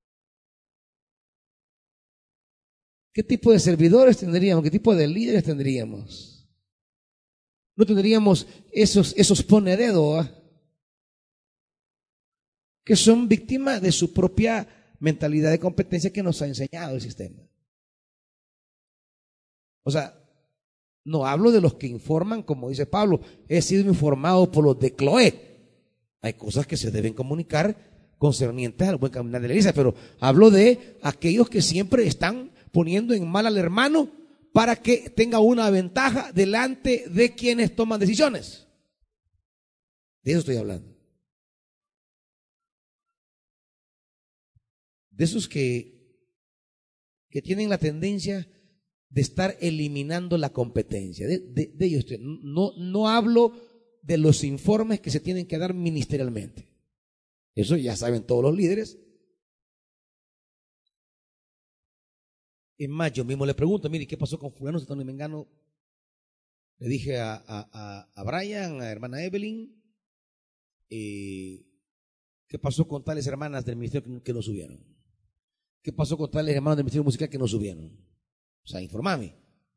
¿Qué tipo de servidores tendríamos? ¿Qué tipo de líderes tendríamos? No tendríamos esos, esos pone dedo, ¿eh? que son víctimas de su propia mentalidad de competencia que nos ha enseñado el sistema. O sea, no hablo de los que informan, como dice Pablo, he sido informado por los de Cloé. Hay cosas que se deben comunicar concernientes al buen caminar de la iglesia, pero hablo de aquellos que siempre están poniendo en mal al hermano para que tenga una ventaja delante de quienes toman decisiones. De eso estoy hablando. De esos que, que tienen la tendencia de estar eliminando la competencia. De, de, de ellos estoy. No, no hablo de los informes que se tienen que dar ministerialmente. Eso ya saben todos los líderes. Es más, yo mismo le pregunto, mire, ¿qué pasó con fulano, Santano y Mengano? Le dije a, a, a Brian, a hermana Evelyn, eh, ¿qué pasó con tales hermanas del ministerio que, que no subieron? ¿Qué pasó con tales hermanos del ministerio musical que no subieron? O sea, informame.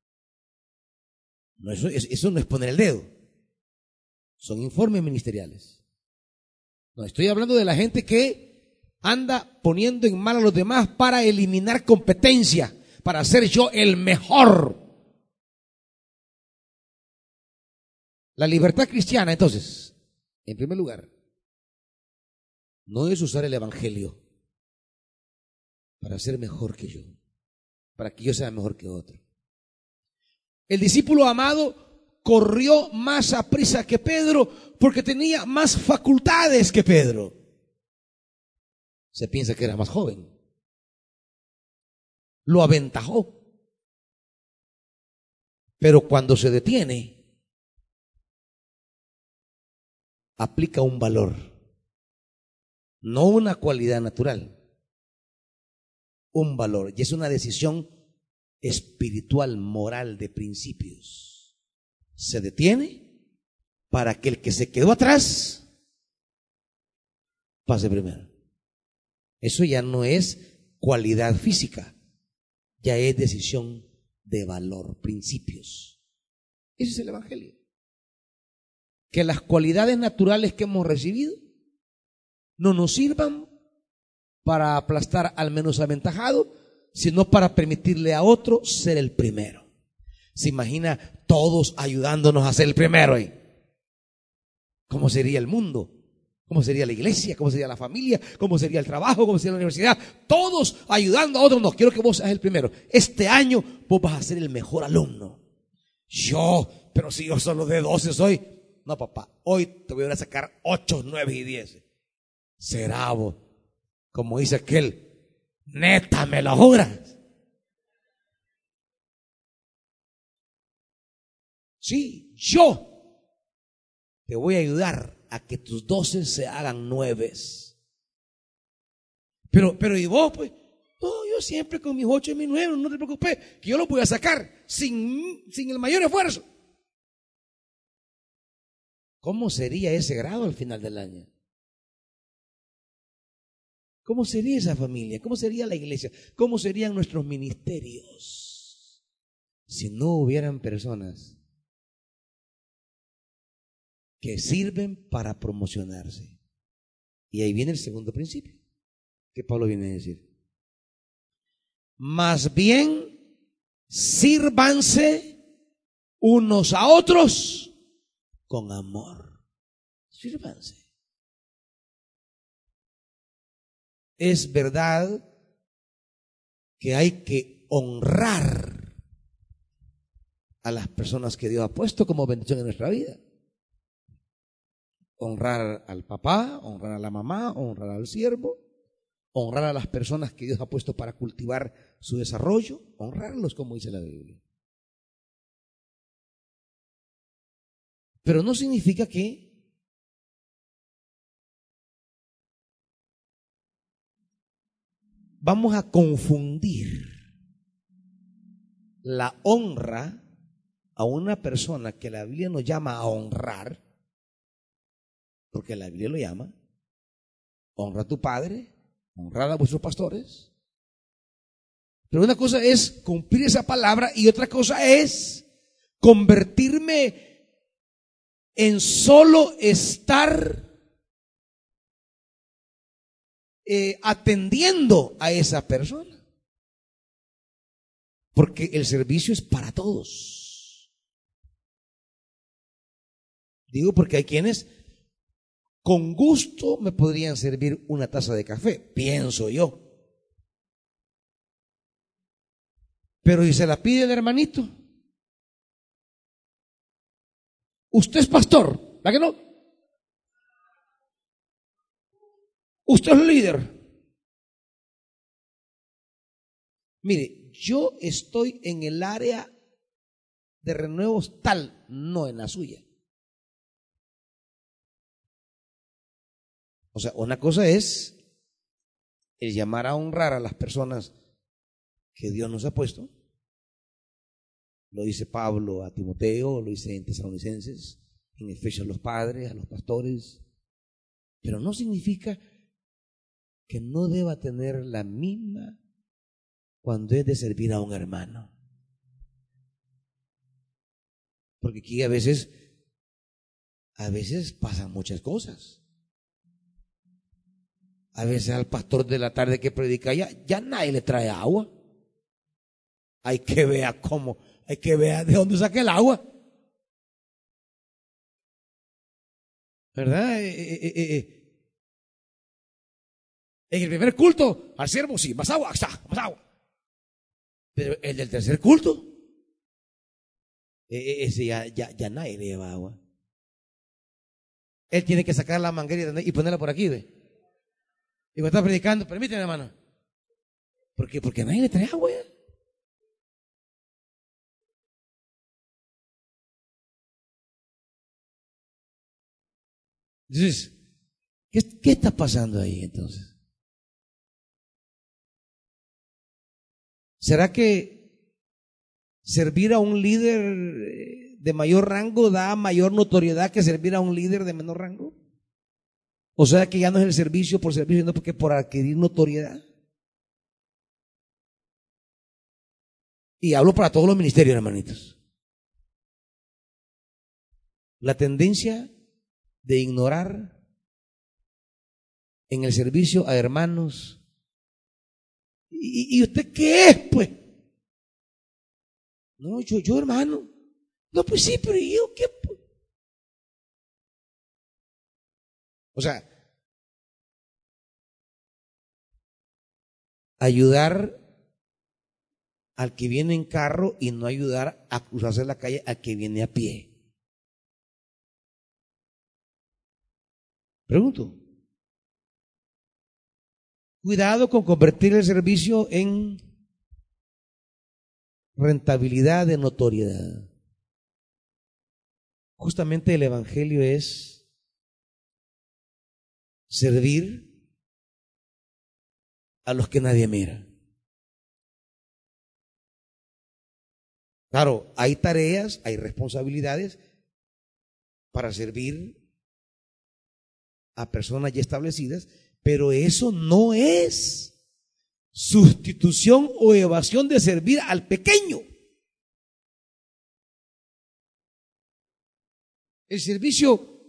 No, eso, eso no es poner el dedo. Son informes ministeriales. No, estoy hablando de la gente que anda poniendo en mal a los demás para eliminar competencia, para ser yo el mejor. La libertad cristiana, entonces, en primer lugar, no es usar el evangelio para ser mejor que yo, para que yo sea mejor que otro. El discípulo amado corrió más a prisa que Pedro porque tenía más facultades que Pedro. Se piensa que era más joven. Lo aventajó. Pero cuando se detiene, aplica un valor, no una cualidad natural, un valor. Y es una decisión espiritual, moral, de principios. Se detiene para que el que se quedó atrás pase primero. Eso ya no es cualidad física, ya es decisión de valor, principios. Ese es el Evangelio. Que las cualidades naturales que hemos recibido no nos sirvan para aplastar al menos aventajado, sino para permitirle a otro ser el primero. ¿Se imagina todos ayudándonos a ser el primero ahí? ¿Cómo sería el mundo? ¿Cómo sería la iglesia? ¿Cómo sería la familia? ¿Cómo sería el trabajo? ¿Cómo sería la universidad? Todos ayudando a otros. No, quiero que vos seas el primero. Este año vos vas a ser el mejor alumno. Yo, pero si yo solo de doce soy. No, papá, hoy te voy a sacar ocho, nueve y diez. Será vos, como dice aquel, neta, ¿me lo juras? Sí, yo te voy a ayudar a que tus doce se hagan nueves. Pero, pero y vos, pues, no, yo siempre con mis ocho y mis nueve, no te preocupes, que yo los voy a sacar sin, sin el mayor esfuerzo. ¿Cómo sería ese grado al final del año? ¿Cómo sería esa familia? ¿Cómo sería la iglesia? ¿Cómo serían nuestros ministerios si no hubieran personas que sirven para promocionarse? Y ahí viene el segundo principio que Pablo viene a decir. Más bien, sírvanse unos a otros con amor. Sírvanse. Es verdad que hay que honrar a las personas que Dios ha puesto como bendición en nuestra vida. Honrar al papá, honrar a la mamá, honrar al siervo, honrar a las personas que Dios ha puesto para cultivar su desarrollo, honrarlos como dice la Biblia. Pero no significa que vamos a confundir la honra a una persona que la Biblia nos llama a honrar, porque la Biblia lo llama, honra a tu padre, honrar a vuestros pastores. Pero una cosa es cumplir esa palabra y otra cosa es convertirme en solo estar eh, atendiendo a esa persona. Porque el servicio es para todos. Digo porque hay quienes con gusto me podrían servir una taza de café, pienso yo. Pero si se la pide el hermanito, usted es pastor, ¿verdad que no? Usted es líder. Mire, yo estoy en el área de renuevos tal, no en la suya. O sea, una cosa es el llamar a honrar a las personas que Dios nos ha puesto. Lo dice Pablo a Timoteo, lo dice en Tesalonicenses, en Efesios a los padres, a los pastores. Pero no significa que no deba tener la misma cuando es de servir a un hermano. Porque aquí a veces, a veces pasan muchas cosas. A veces al pastor de la tarde que predica ya, ya nadie le trae agua. Hay que ver cómo, hay que ver de dónde saca el agua. ¿Verdad? Eh, eh, eh, eh. En el primer culto, al siervo sí, más agua, está, más agua. Pero el del tercer culto, eh, ese ya, ya, ya nadie le lleva agua. Él tiene que sacar la manguera y ponerla por aquí, ¿ve? Y va a estar predicando, permíteme, hermano. ¿Por qué? Porque nadie le trae agua. Entonces, ¿qué, qué está pasando ahí entonces? ¿Será que servir a un líder de mayor rango da mayor notoriedad que servir a un líder de menor rango? O sea que ya no es el servicio por servicio, sino porque por adquirir notoriedad. Y hablo para todos los ministerios, hermanitos. La tendencia de ignorar en el servicio a hermanos. ¿Y, y usted qué es, pues? No, yo, yo hermano. No, pues sí, pero ¿y yo qué? Pues? O sea, ayudar al que viene en carro y no ayudar a cruzarse la calle al que viene a pie. Pregunto. Cuidado con convertir el servicio en rentabilidad de notoriedad. Justamente el evangelio es servir a los que nadie mira. Claro, hay tareas, hay responsabilidades para servir a personas ya establecidas, pero eso no es sustitución o evasión de servir al pequeño. El servicio,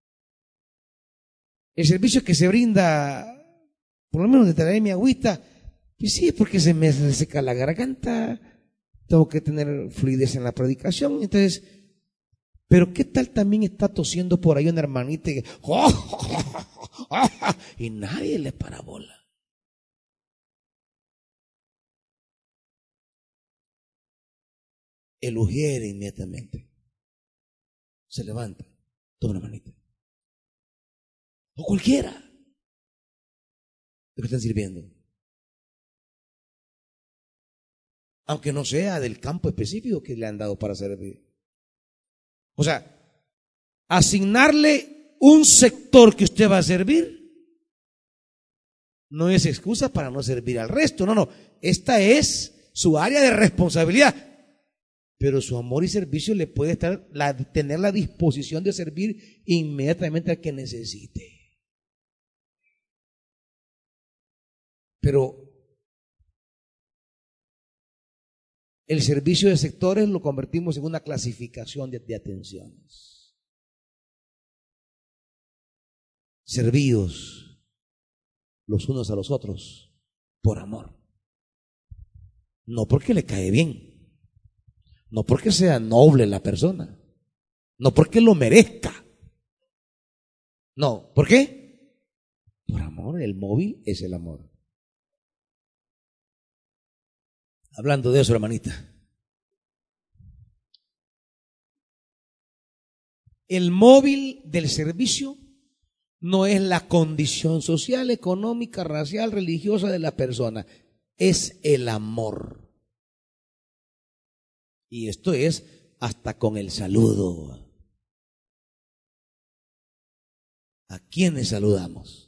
el servicio que se brinda, por lo menos de traer mi agüita, pues sí, es porque se me seca la garganta, tengo que tener fluidez en la predicación, entonces, pero ¿qué tal también está tosiendo por ahí una hermanita y, y nadie le para bola? El ujier inmediatamente se levanta, toma una manita. O cualquiera de que están sirviendo. Aunque no sea del campo específico que le han dado para servir. O sea, asignarle un sector que usted va a servir no es excusa para no servir al resto. No, no. Esta es su área de responsabilidad. Pero su amor y servicio le puede estar, la, tener la disposición de servir inmediatamente al que necesite. Pero el servicio de sectores lo convertimos en una clasificación de, de atenciones. Servíos los unos a los otros por amor. No porque le cae bien. No porque sea noble la persona. No porque lo merezca. No, ¿por qué? Por amor, el móvil es el amor. Hablando de eso, hermanita. El móvil del servicio no es la condición social, económica, racial, religiosa de la persona. Es el amor. Y esto es hasta con el saludo. ¿A quiénes saludamos?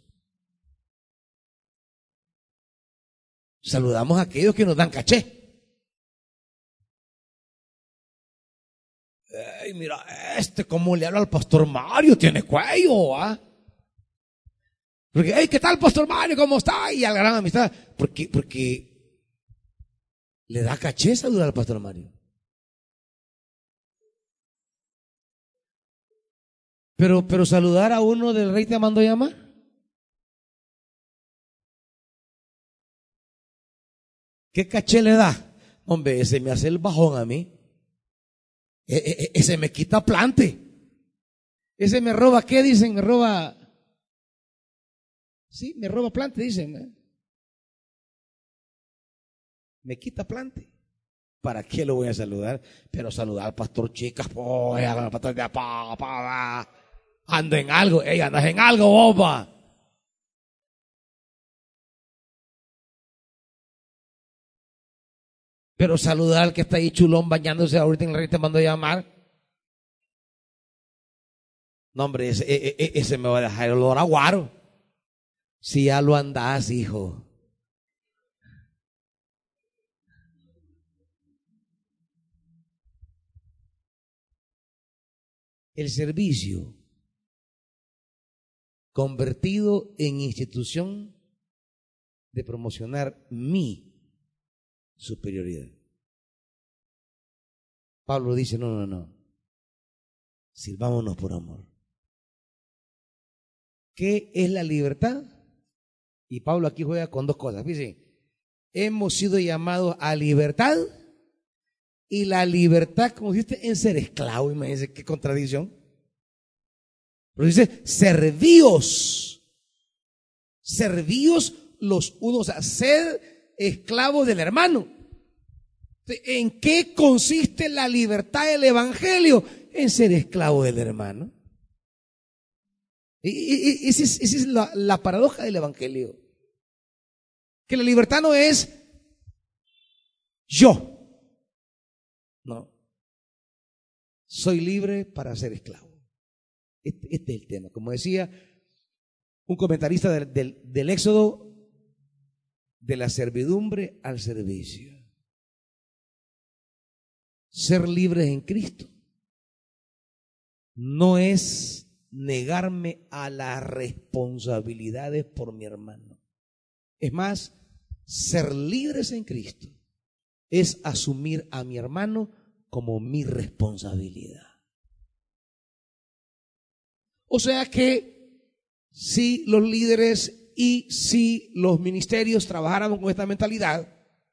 Saludamos a aquellos que nos dan caché. Ey, mira, este cómo le habla al pastor Mario, tiene cuello, ¿ah? Porque, hey, ¿qué tal, pastor Mario? ¿Cómo está? Y a la gran amistad. Porque, porque le da caché saludar al pastor Mario. Pero, pero saludar a uno del rey te mandó llamar. ¿Qué caché le da? Hombre, ese me hace el bajón a mí. E, e, ese me quita plante. Ese me roba, ¿qué dicen? Me roba. Sí, me roba plante, dicen. ¿eh? Me quita plante. ¿Para qué lo voy a saludar? Pero saludar al pastor Chicas, pues, al pastor de pa, pa, ando en algo, ella andas en algo, boba. Pero saludar al que está ahí chulón bañándose ahorita en el rey te mandó a llamar. No, hombre, ese, ese, ese me va a dejar el olor a guaro. Si ya lo andás, hijo. El servicio convertido en institución de promocionar mi superioridad. Pablo dice, no, no, no. Sirvámonos por amor. ¿Qué es la libertad? Y Pablo aquí juega con dos cosas. Fíjense, hemos sido llamados a libertad y la libertad consiste en ser esclavo. Imagínense qué contradicción. Pero dice, servíos, servíos los unos, a ser esclavos del hermano. ¿En qué consiste la libertad del evangelio? En ser esclavo del hermano. Y, y, y esa es, esa es la, la paradoja del evangelio. Que la libertad no es yo. No. Soy libre para ser esclavo. Este, este es el tema. Como decía un comentarista del, del, del Éxodo, de la servidumbre al servicio. Ser libres en Cristo no es negarme a las responsabilidades por mi hermano. Es más, ser libres en Cristo es asumir a mi hermano como mi responsabilidad. O sea que si los líderes y si los ministerios trabajáramos con esta mentalidad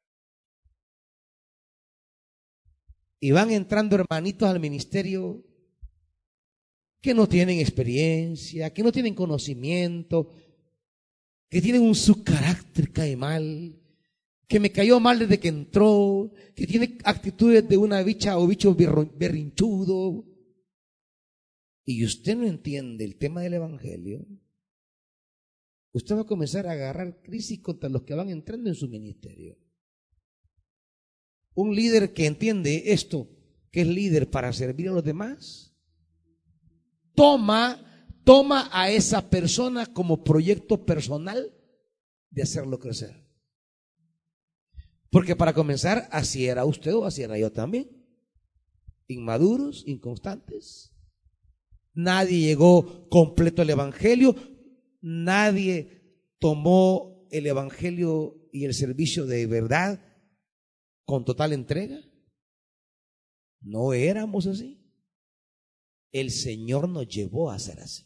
y van entrando hermanitos al ministerio que no tienen experiencia, que no tienen conocimiento, que tienen un subcarácter cae mal, que me cayó mal desde que entró, que tiene actitudes de una bicha o bicho berrinchudo, y usted no entiende el tema del evangelio, usted va a comenzar a agarrar crisis contra los que van entrando en su ministerio. Un líder que entiende esto, que es líder para servir a los demás, toma, toma a esa persona como proyecto personal de hacerlo crecer. Porque para comenzar, así era usted o así era yo también. Inmaduros, inconstantes. Nadie llegó completo al evangelio. Nadie tomó el evangelio y el servicio de verdad con total entrega. No éramos así. El Señor nos llevó a ser así.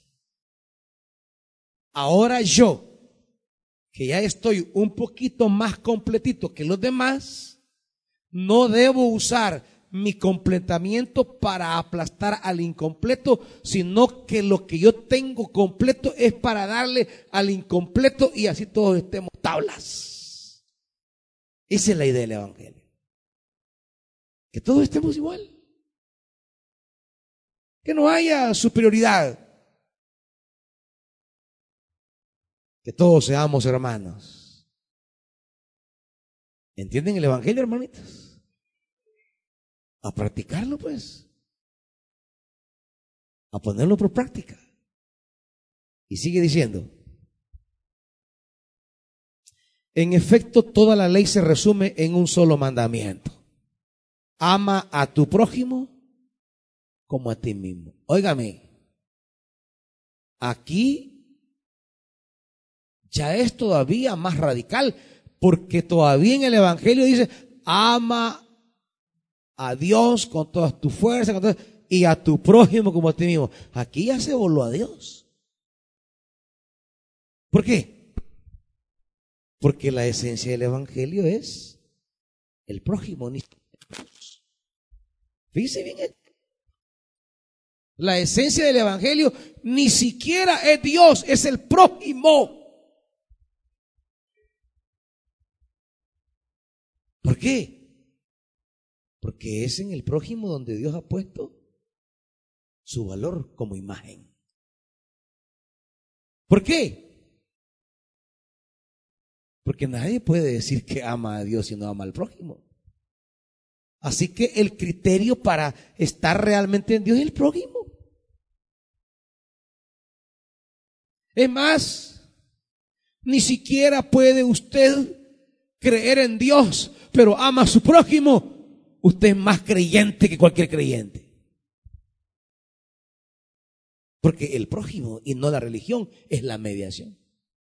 Ahora yo, que ya estoy un poquito más completito que los demás, no debo usar mi completamiento para aplastar al incompleto, sino que lo que yo tengo completo es para darle al incompleto y así todos estemos tablas. Esa es la idea del evangelio. Que todos estemos igual. Que no haya superioridad. Que todos seamos hermanos. ¿Entienden el evangelio, hermanitos? A practicarlo, pues. A ponerlo por práctica. Y sigue diciendo: en efecto, toda la ley se resume en un solo mandamiento: ama a tu prójimo como a ti mismo. Óigame, aquí ya es todavía más radical, porque todavía en el evangelio dice: ama a Dios con todas tus fuerzas, con todas, y a tu prójimo como a ti mismo. Aquí ya se voló a Dios. ¿Por qué? Porque la esencia del evangelio es el prójimo. Fíjese bien esto. La esencia del evangelio ni siquiera es Dios, es el prójimo. ¿Por qué? Porque es en el prójimo donde Dios ha puesto su valor como imagen. ¿Por qué? Porque nadie puede decir que ama a Dios y no ama al prójimo. Así que el criterio para estar realmente en Dios es el prójimo. Es más, ni siquiera puede usted creer en Dios, pero ama a su prójimo. Usted es más creyente que cualquier creyente. Porque el prójimo y no la religión es la mediación.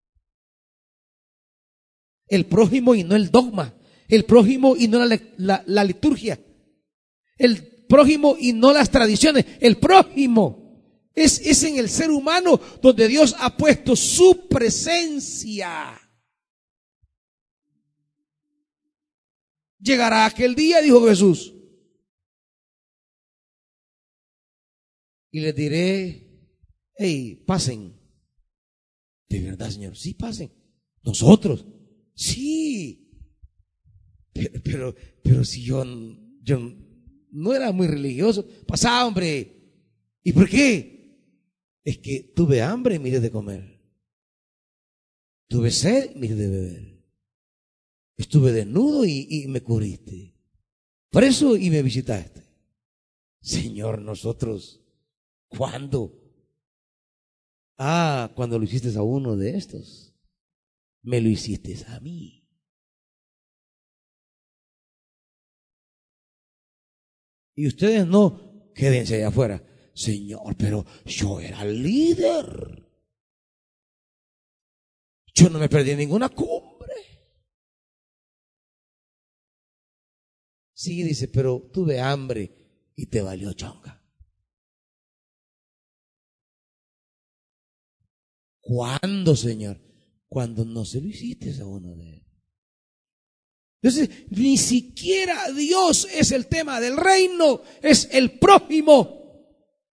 El prójimo y no el dogma. El prójimo y no la, la, la liturgia. El prójimo y no las tradiciones. El prójimo es, es en el ser humano donde Dios ha puesto su presencia. Llegará aquel día, dijo Jesús, y les diré: hey, pasen. De verdad, Señor, sí, pasen. Nosotros, sí. Pero, pero, pero si yo, yo no era muy religioso, pasaba, hombre. ¿Y por qué? Es que tuve hambre, mire de comer. Tuve sed, mire de beber. Estuve desnudo y, y me cubriste. Por eso y me visitaste. Señor, nosotros, ¿cuándo? Ah, cuando lo hiciste a uno de estos, me lo hiciste a mí. Y ustedes no, quédense allá afuera. Señor, pero yo era líder. Yo no me perdí ninguna cumbre. Sí, dice, pero tuve hambre y te valió chonga. ¿Cuándo, Señor? Cuando no se lo hiciste a uno de ellos. Entonces, ni siquiera Dios es el tema del reino, es el prójimo.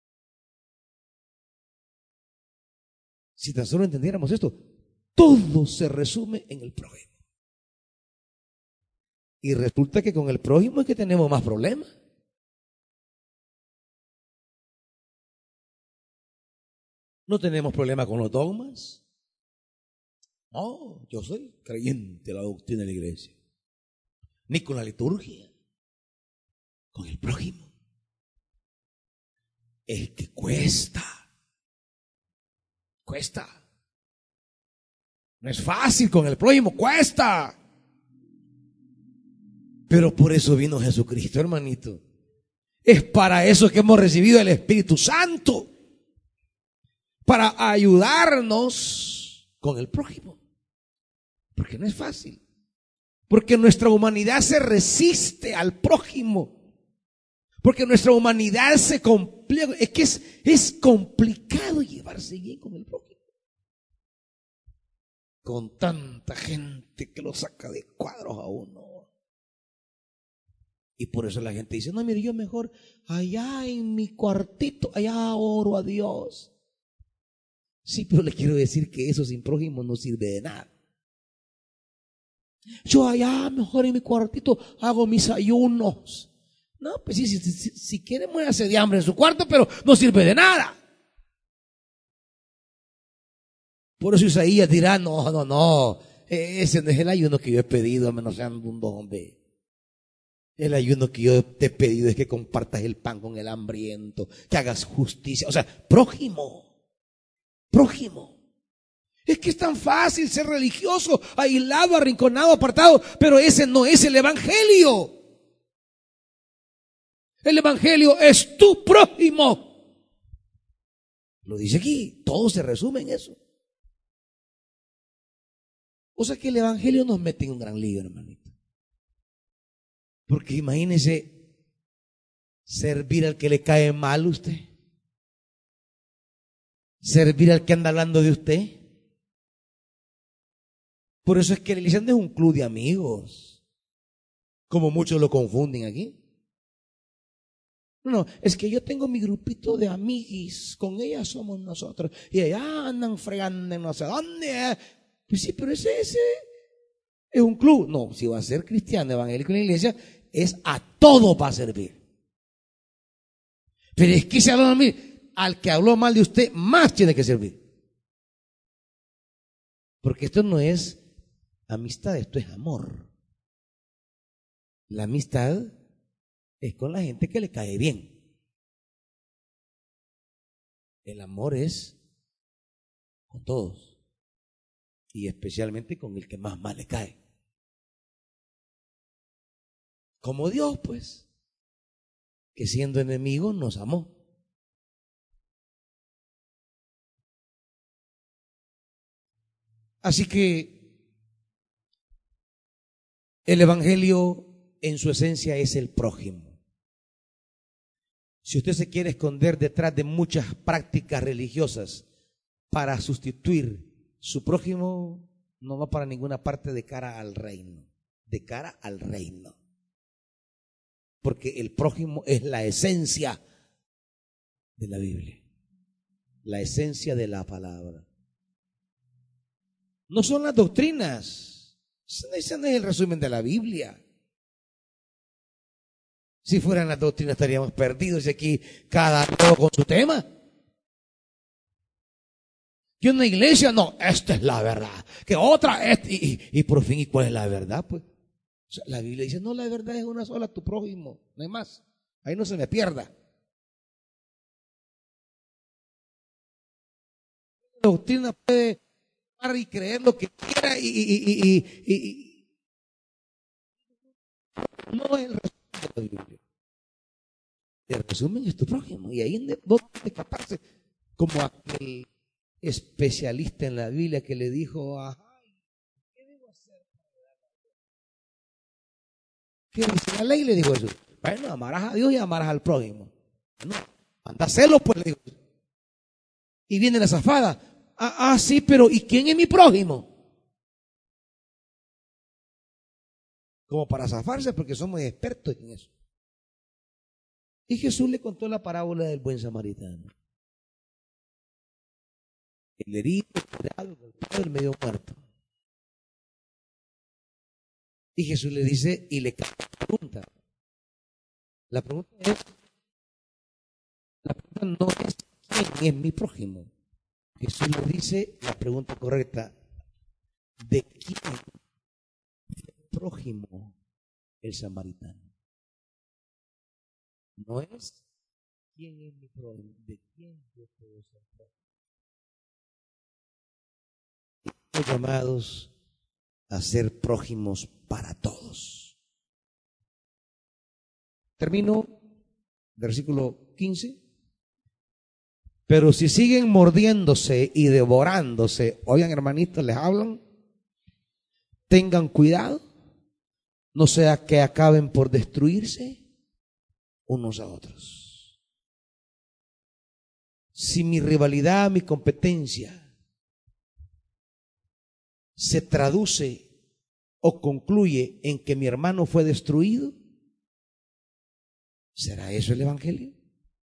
Si tan solo entendiéramos esto, todo se resume en el prójimo. Y resulta que con el prójimo es que tenemos más problemas. No tenemos problema con los dogmas. No, yo soy creyente de la doctrina de la iglesia. Ni con la liturgia. Con el prójimo. Es que cuesta. Cuesta. No es fácil con el prójimo, cuesta. Pero por eso vino Jesucristo, hermanito. Es para eso que hemos recibido el Espíritu Santo. Para ayudarnos con el prójimo. Porque no es fácil. Porque nuestra humanidad se resiste al prójimo. Porque nuestra humanidad se complica. Es que es, es complicado llevarse bien con el prójimo. Con tanta gente que lo saca de cuadros a uno. Y por eso la gente dice: no, mire, yo mejor allá en mi cuartito, allá oro a Dios. Sí, pero le quiero decir que eso sin prójimo no sirve de nada. Yo allá mejor en mi cuartito hago mis ayunos. No, pues sí, si, si, si quiere muérase de hambre en su cuarto, pero no sirve de nada. Por eso Isaías dirá: no, no, no, ese no es el ayuno que yo he pedido, a menos sean un don, hombre. El ayuno que yo te he pedido es que compartas el pan con el hambriento, que hagas justicia. O sea, prójimo, prójimo. Es que es tan fácil ser religioso, aislado, arrinconado, apartado, pero ese no es el evangelio. El evangelio es tu prójimo. Lo dice aquí, todo se resume en eso. O sea que el evangelio nos mete en un gran lío, hermanito. Porque imagínese servir al que le cae mal a usted. Servir al que anda hablando de usted. Por eso es que la iglesia no es un club de amigos, como muchos lo confunden aquí. No, es que yo tengo mi grupito de amiguis, con ellas somos nosotros, y allá andan fregando en no sé dónde. Pues sí, pero ese, ese es un club. No, si va a ser cristiano, evangélico en la iglesia, es a todo va a servir. Pero es que se habla a mí, al que habló mal de usted, más tiene que servir. Porque esto no es amistad, esto es amor. La amistad es con la gente que le cae bien. El amor es con todos y especialmente con el que más mal le cae. Como Dios, pues, que siendo enemigos nos amó. Así que el evangelio en su esencia es el prójimo. Si usted se quiere esconder detrás de muchas prácticas religiosas para sustituir su prójimo, no va para ninguna parte de cara al reino, de cara al reino. Porque el prójimo es la esencia de la Biblia, la esencia de la palabra. No son las doctrinas, ese no es el resumen de la Biblia. Si fueran las doctrinas estaríamos perdidos y aquí cada uno con su tema. Que una iglesia, no, esta es la verdad. Que otra, esta, y, y, y por fin, ¿y cuál es la verdad? Pues o sea, la Biblia dice, no, la verdad es una sola, tu prójimo, no hay más. Ahí no se me pierda. La doctrina puede y creer lo que quiera y, y, y, y, y no es el resumen de la Biblia. El resumen es tu prójimo y ahí no puede escaparse, como aquel especialista en la Biblia que le dijo a ¿qué debo hacer? ¿Qué dice la ley? Le dijo eso. Bueno, amarás a Dios y amarás al prójimo. No, anda a hacerlo, pues le dijo. Y viene la zafada. Ah, ah, sí, pero ¿y quién es mi prójimo? Como para zafarse, porque somos expertos en eso. Y Jesús le contó la parábola del buen samaritano. El herido, el curado, el medio muerto. Y Jesús le dice, y le cambia la pregunta. La pregunta es, la pregunta no es ¿quién es mi prójimo? Jesús le dice la pregunta correcta, ¿de quién es el prójimo el samaritano? No es quién es mi prójimo, de quién yo puedo ser prójimo. Estamos llamados a ser prójimos para todos. Termino, versículo quince. Pero si siguen mordiéndose y devorándose, oigan hermanitos, les hablan, tengan cuidado, no sea que acaben por destruirse unos a otros. Si mi rivalidad, mi competencia se traduce o concluye en que mi hermano fue destruido, ¿será eso el evangelio?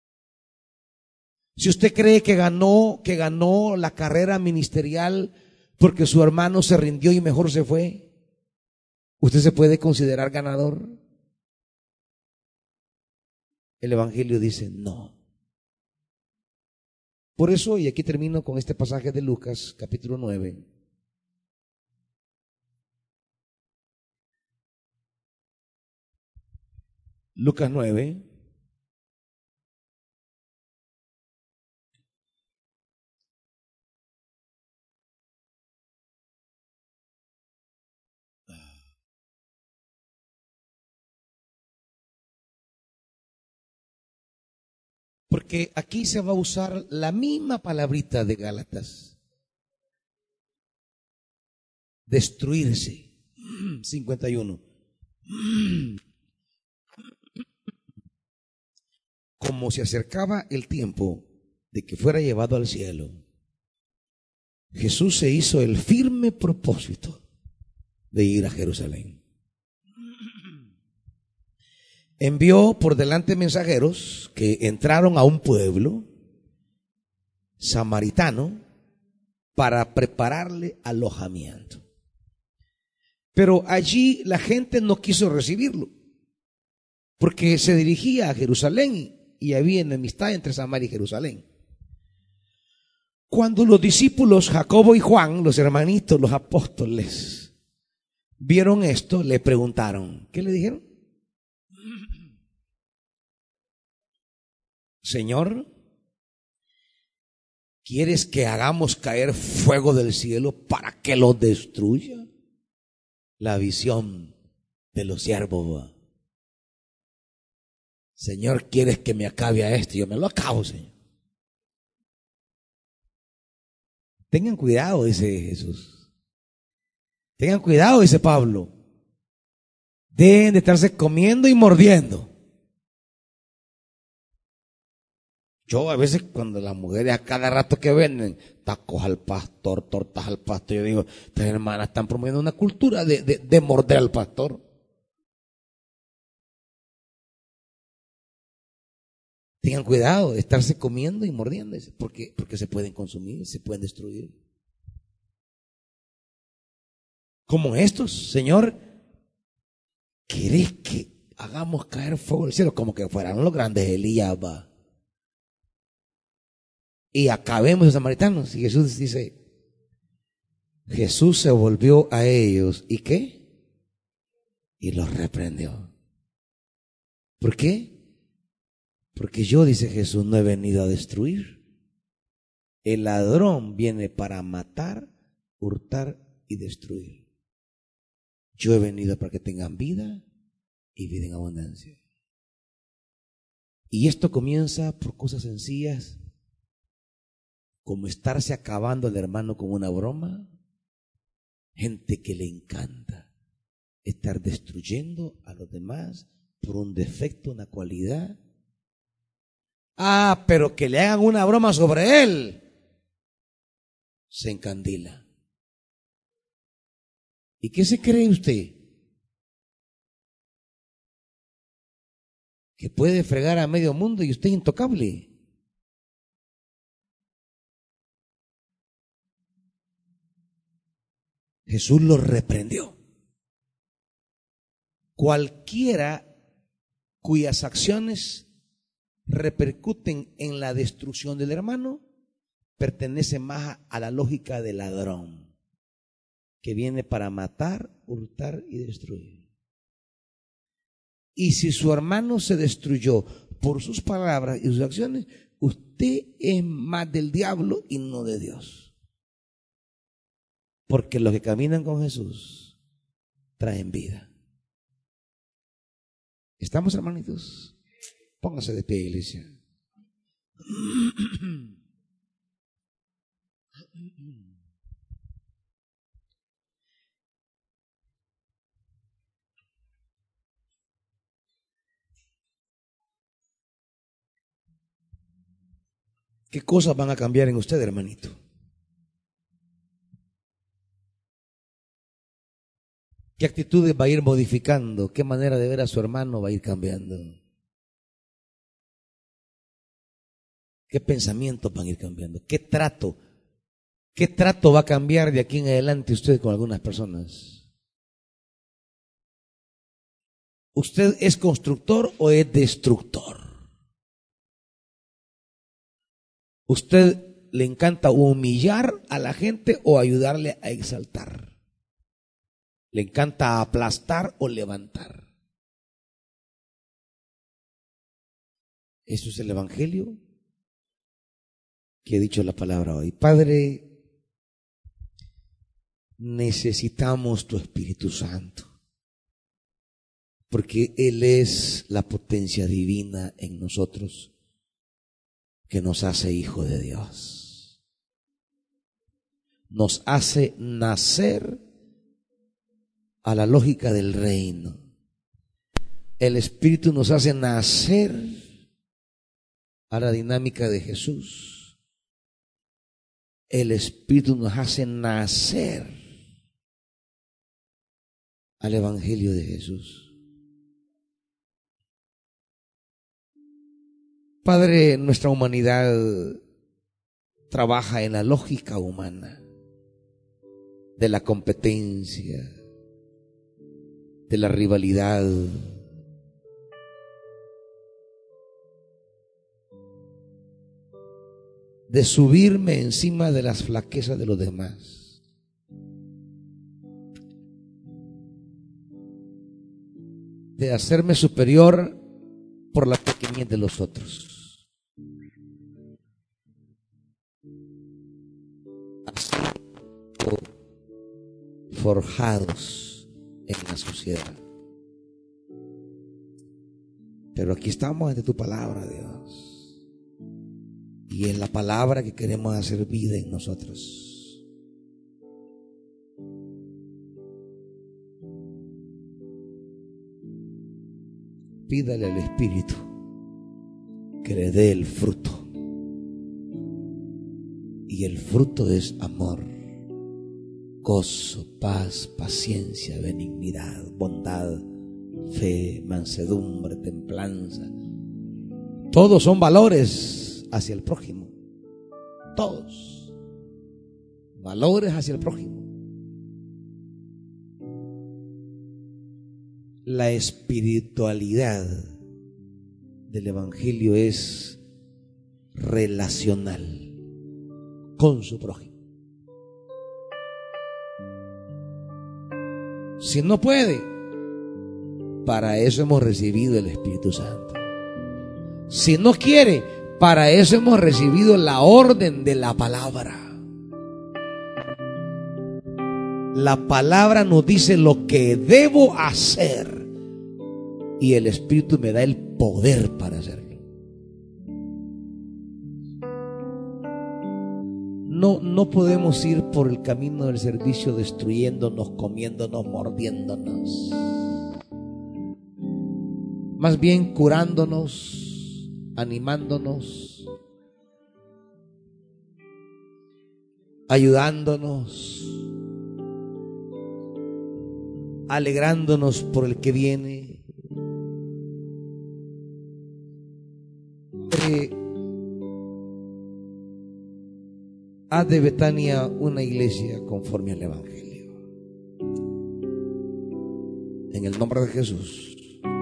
Si usted cree que ganó, que ganó la carrera ministerial porque su hermano se rindió y mejor se fue, ¿usted se puede considerar ganador? El evangelio dice no. Por eso, y aquí termino con este pasaje de Lucas, capítulo nueve. Lucas nueve. Porque aquí se va a usar la misma palabrita de Gálatas. Destruirse. cincuenta y uno. Como se acercaba el tiempo de que fuera llevado al cielo, Jesús se hizo el firme propósito de ir a Jerusalén. Envió por delante mensajeros que entraron a un pueblo samaritano para prepararle alojamiento. Pero allí la gente no quiso recibirlo, porque se dirigía a Jerusalén y había enemistad entre Samaria y Jerusalén. Cuando los discípulos Jacobo y Juan, los hermanitos, los apóstoles, vieron esto, le preguntaron, ¿qué le dijeron? Señor, ¿quieres que hagamos caer fuego del cielo para que lo destruya? La visión de los siervos. Señor, ¿quieres que me acabe a esto? Yo me lo acabo, Señor. Tengan cuidado, dice Jesús. Tengan cuidado, dice Pablo. Deben de estarse comiendo y mordiendo. Yo a veces cuando las mujeres a cada rato que venden tacos al pastor, tortas al pastor, yo digo, estas hermanas están promoviendo una cultura de, de, de morder al pastor. Tengan cuidado de estarse comiendo y mordiendo, porque, porque se pueden consumir, se pueden destruir. Como estos, Señor, ¿querés que hagamos caer fuego del cielo? Como que fueran los grandes Elías, va. Y acabemos los samaritanos. Y Jesús dice, Jesús se volvió a ellos, ¿y qué? Y los reprendió. ¿Por qué? Porque yo, dice Jesús, no he venido a destruir. El ladrón viene para matar, hurtar y destruir. Yo he venido para que tengan vida y vida en abundancia. Y esto comienza por cosas sencillas, como estarse acabando el hermano con una broma. Gente que le encanta estar destruyendo a los demás por un defecto, una cualidad. Ah, pero que le hagan una broma sobre él, se encandila. ¿Y qué se cree usted? Que puede fregar a medio mundo y usted es intocable. Jesús los reprendió. Cualquiera cuyas acciones repercuten en la destrucción del hermano pertenece más a la lógica del ladrón, que viene para matar, hurtar y destruir. Y si su hermano se destruyó por sus palabras y sus acciones, usted es más del diablo y no de Dios. Porque los que caminan con Jesús traen vida. ¿Estamos, hermanitos? Póngase de pie, iglesia. ¿Qué cosas van a cambiar en usted, hermanito? ¿Qué actitudes va a ir modificando? ¿Qué manera de ver a su hermano va a ir cambiando? ¿Qué pensamientos van a ir cambiando? ¿Qué trato? ¿Qué trato va a cambiar de aquí en adelante usted con algunas personas? ¿Usted es constructor o es destructor? ¿Usted le encanta humillar a la gente o ayudarle a exaltar? ¿Le encanta aplastar o levantar? Eso es el evangelio que he dicho la palabra hoy. Padre, necesitamos tu Espíritu Santo, porque Él es la potencia divina en nosotros que nos hace hijo de Dios. Nos hace nacer a la lógica del reino. El Espíritu nos hace nacer a la dinámica de Jesús. El Espíritu nos hace nacer al Evangelio de Jesús. Padre, nuestra humanidad trabaja en la lógica humana de la competencia, de la rivalidad, de subirme encima de las flaquezas de los demás. De hacerme superior por la pequeñez de los otros. forjados en la sociedad. Pero aquí estamos ante tu palabra, Dios, y es la palabra que queremos hacer vida en nosotros. Pídale al Espíritu que le dé el fruto. Y el fruto es amor, gozo, paz, paciencia, benignidad, bondad, fe, mansedumbre, templanza. Todos son valores hacia el prójimo. Todos. Valores hacia el prójimo. La espiritualidad del Evangelio es relacional con su prójimo. Si no puede, para eso hemos recibido el Espíritu Santo. Si no quiere, para eso hemos recibido la orden de la palabra. La palabra nos dice lo que debo hacer y el Espíritu me da el poder para hacerlo. No, no podemos ir por el camino del servicio destruyéndonos, comiéndonos, mordiéndonos. Más bien curándonos, animándonos, ayudándonos, alegrándonos por el que viene. Eh, haz de Betania una iglesia conforme al Evangelio. En el nombre de Jesús.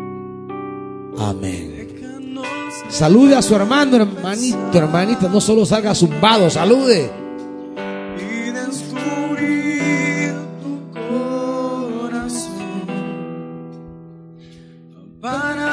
Amén. Salude a su hermano, hermanito, hermanita. No solo salga zumbado, salude. Y descubrir tu corazón para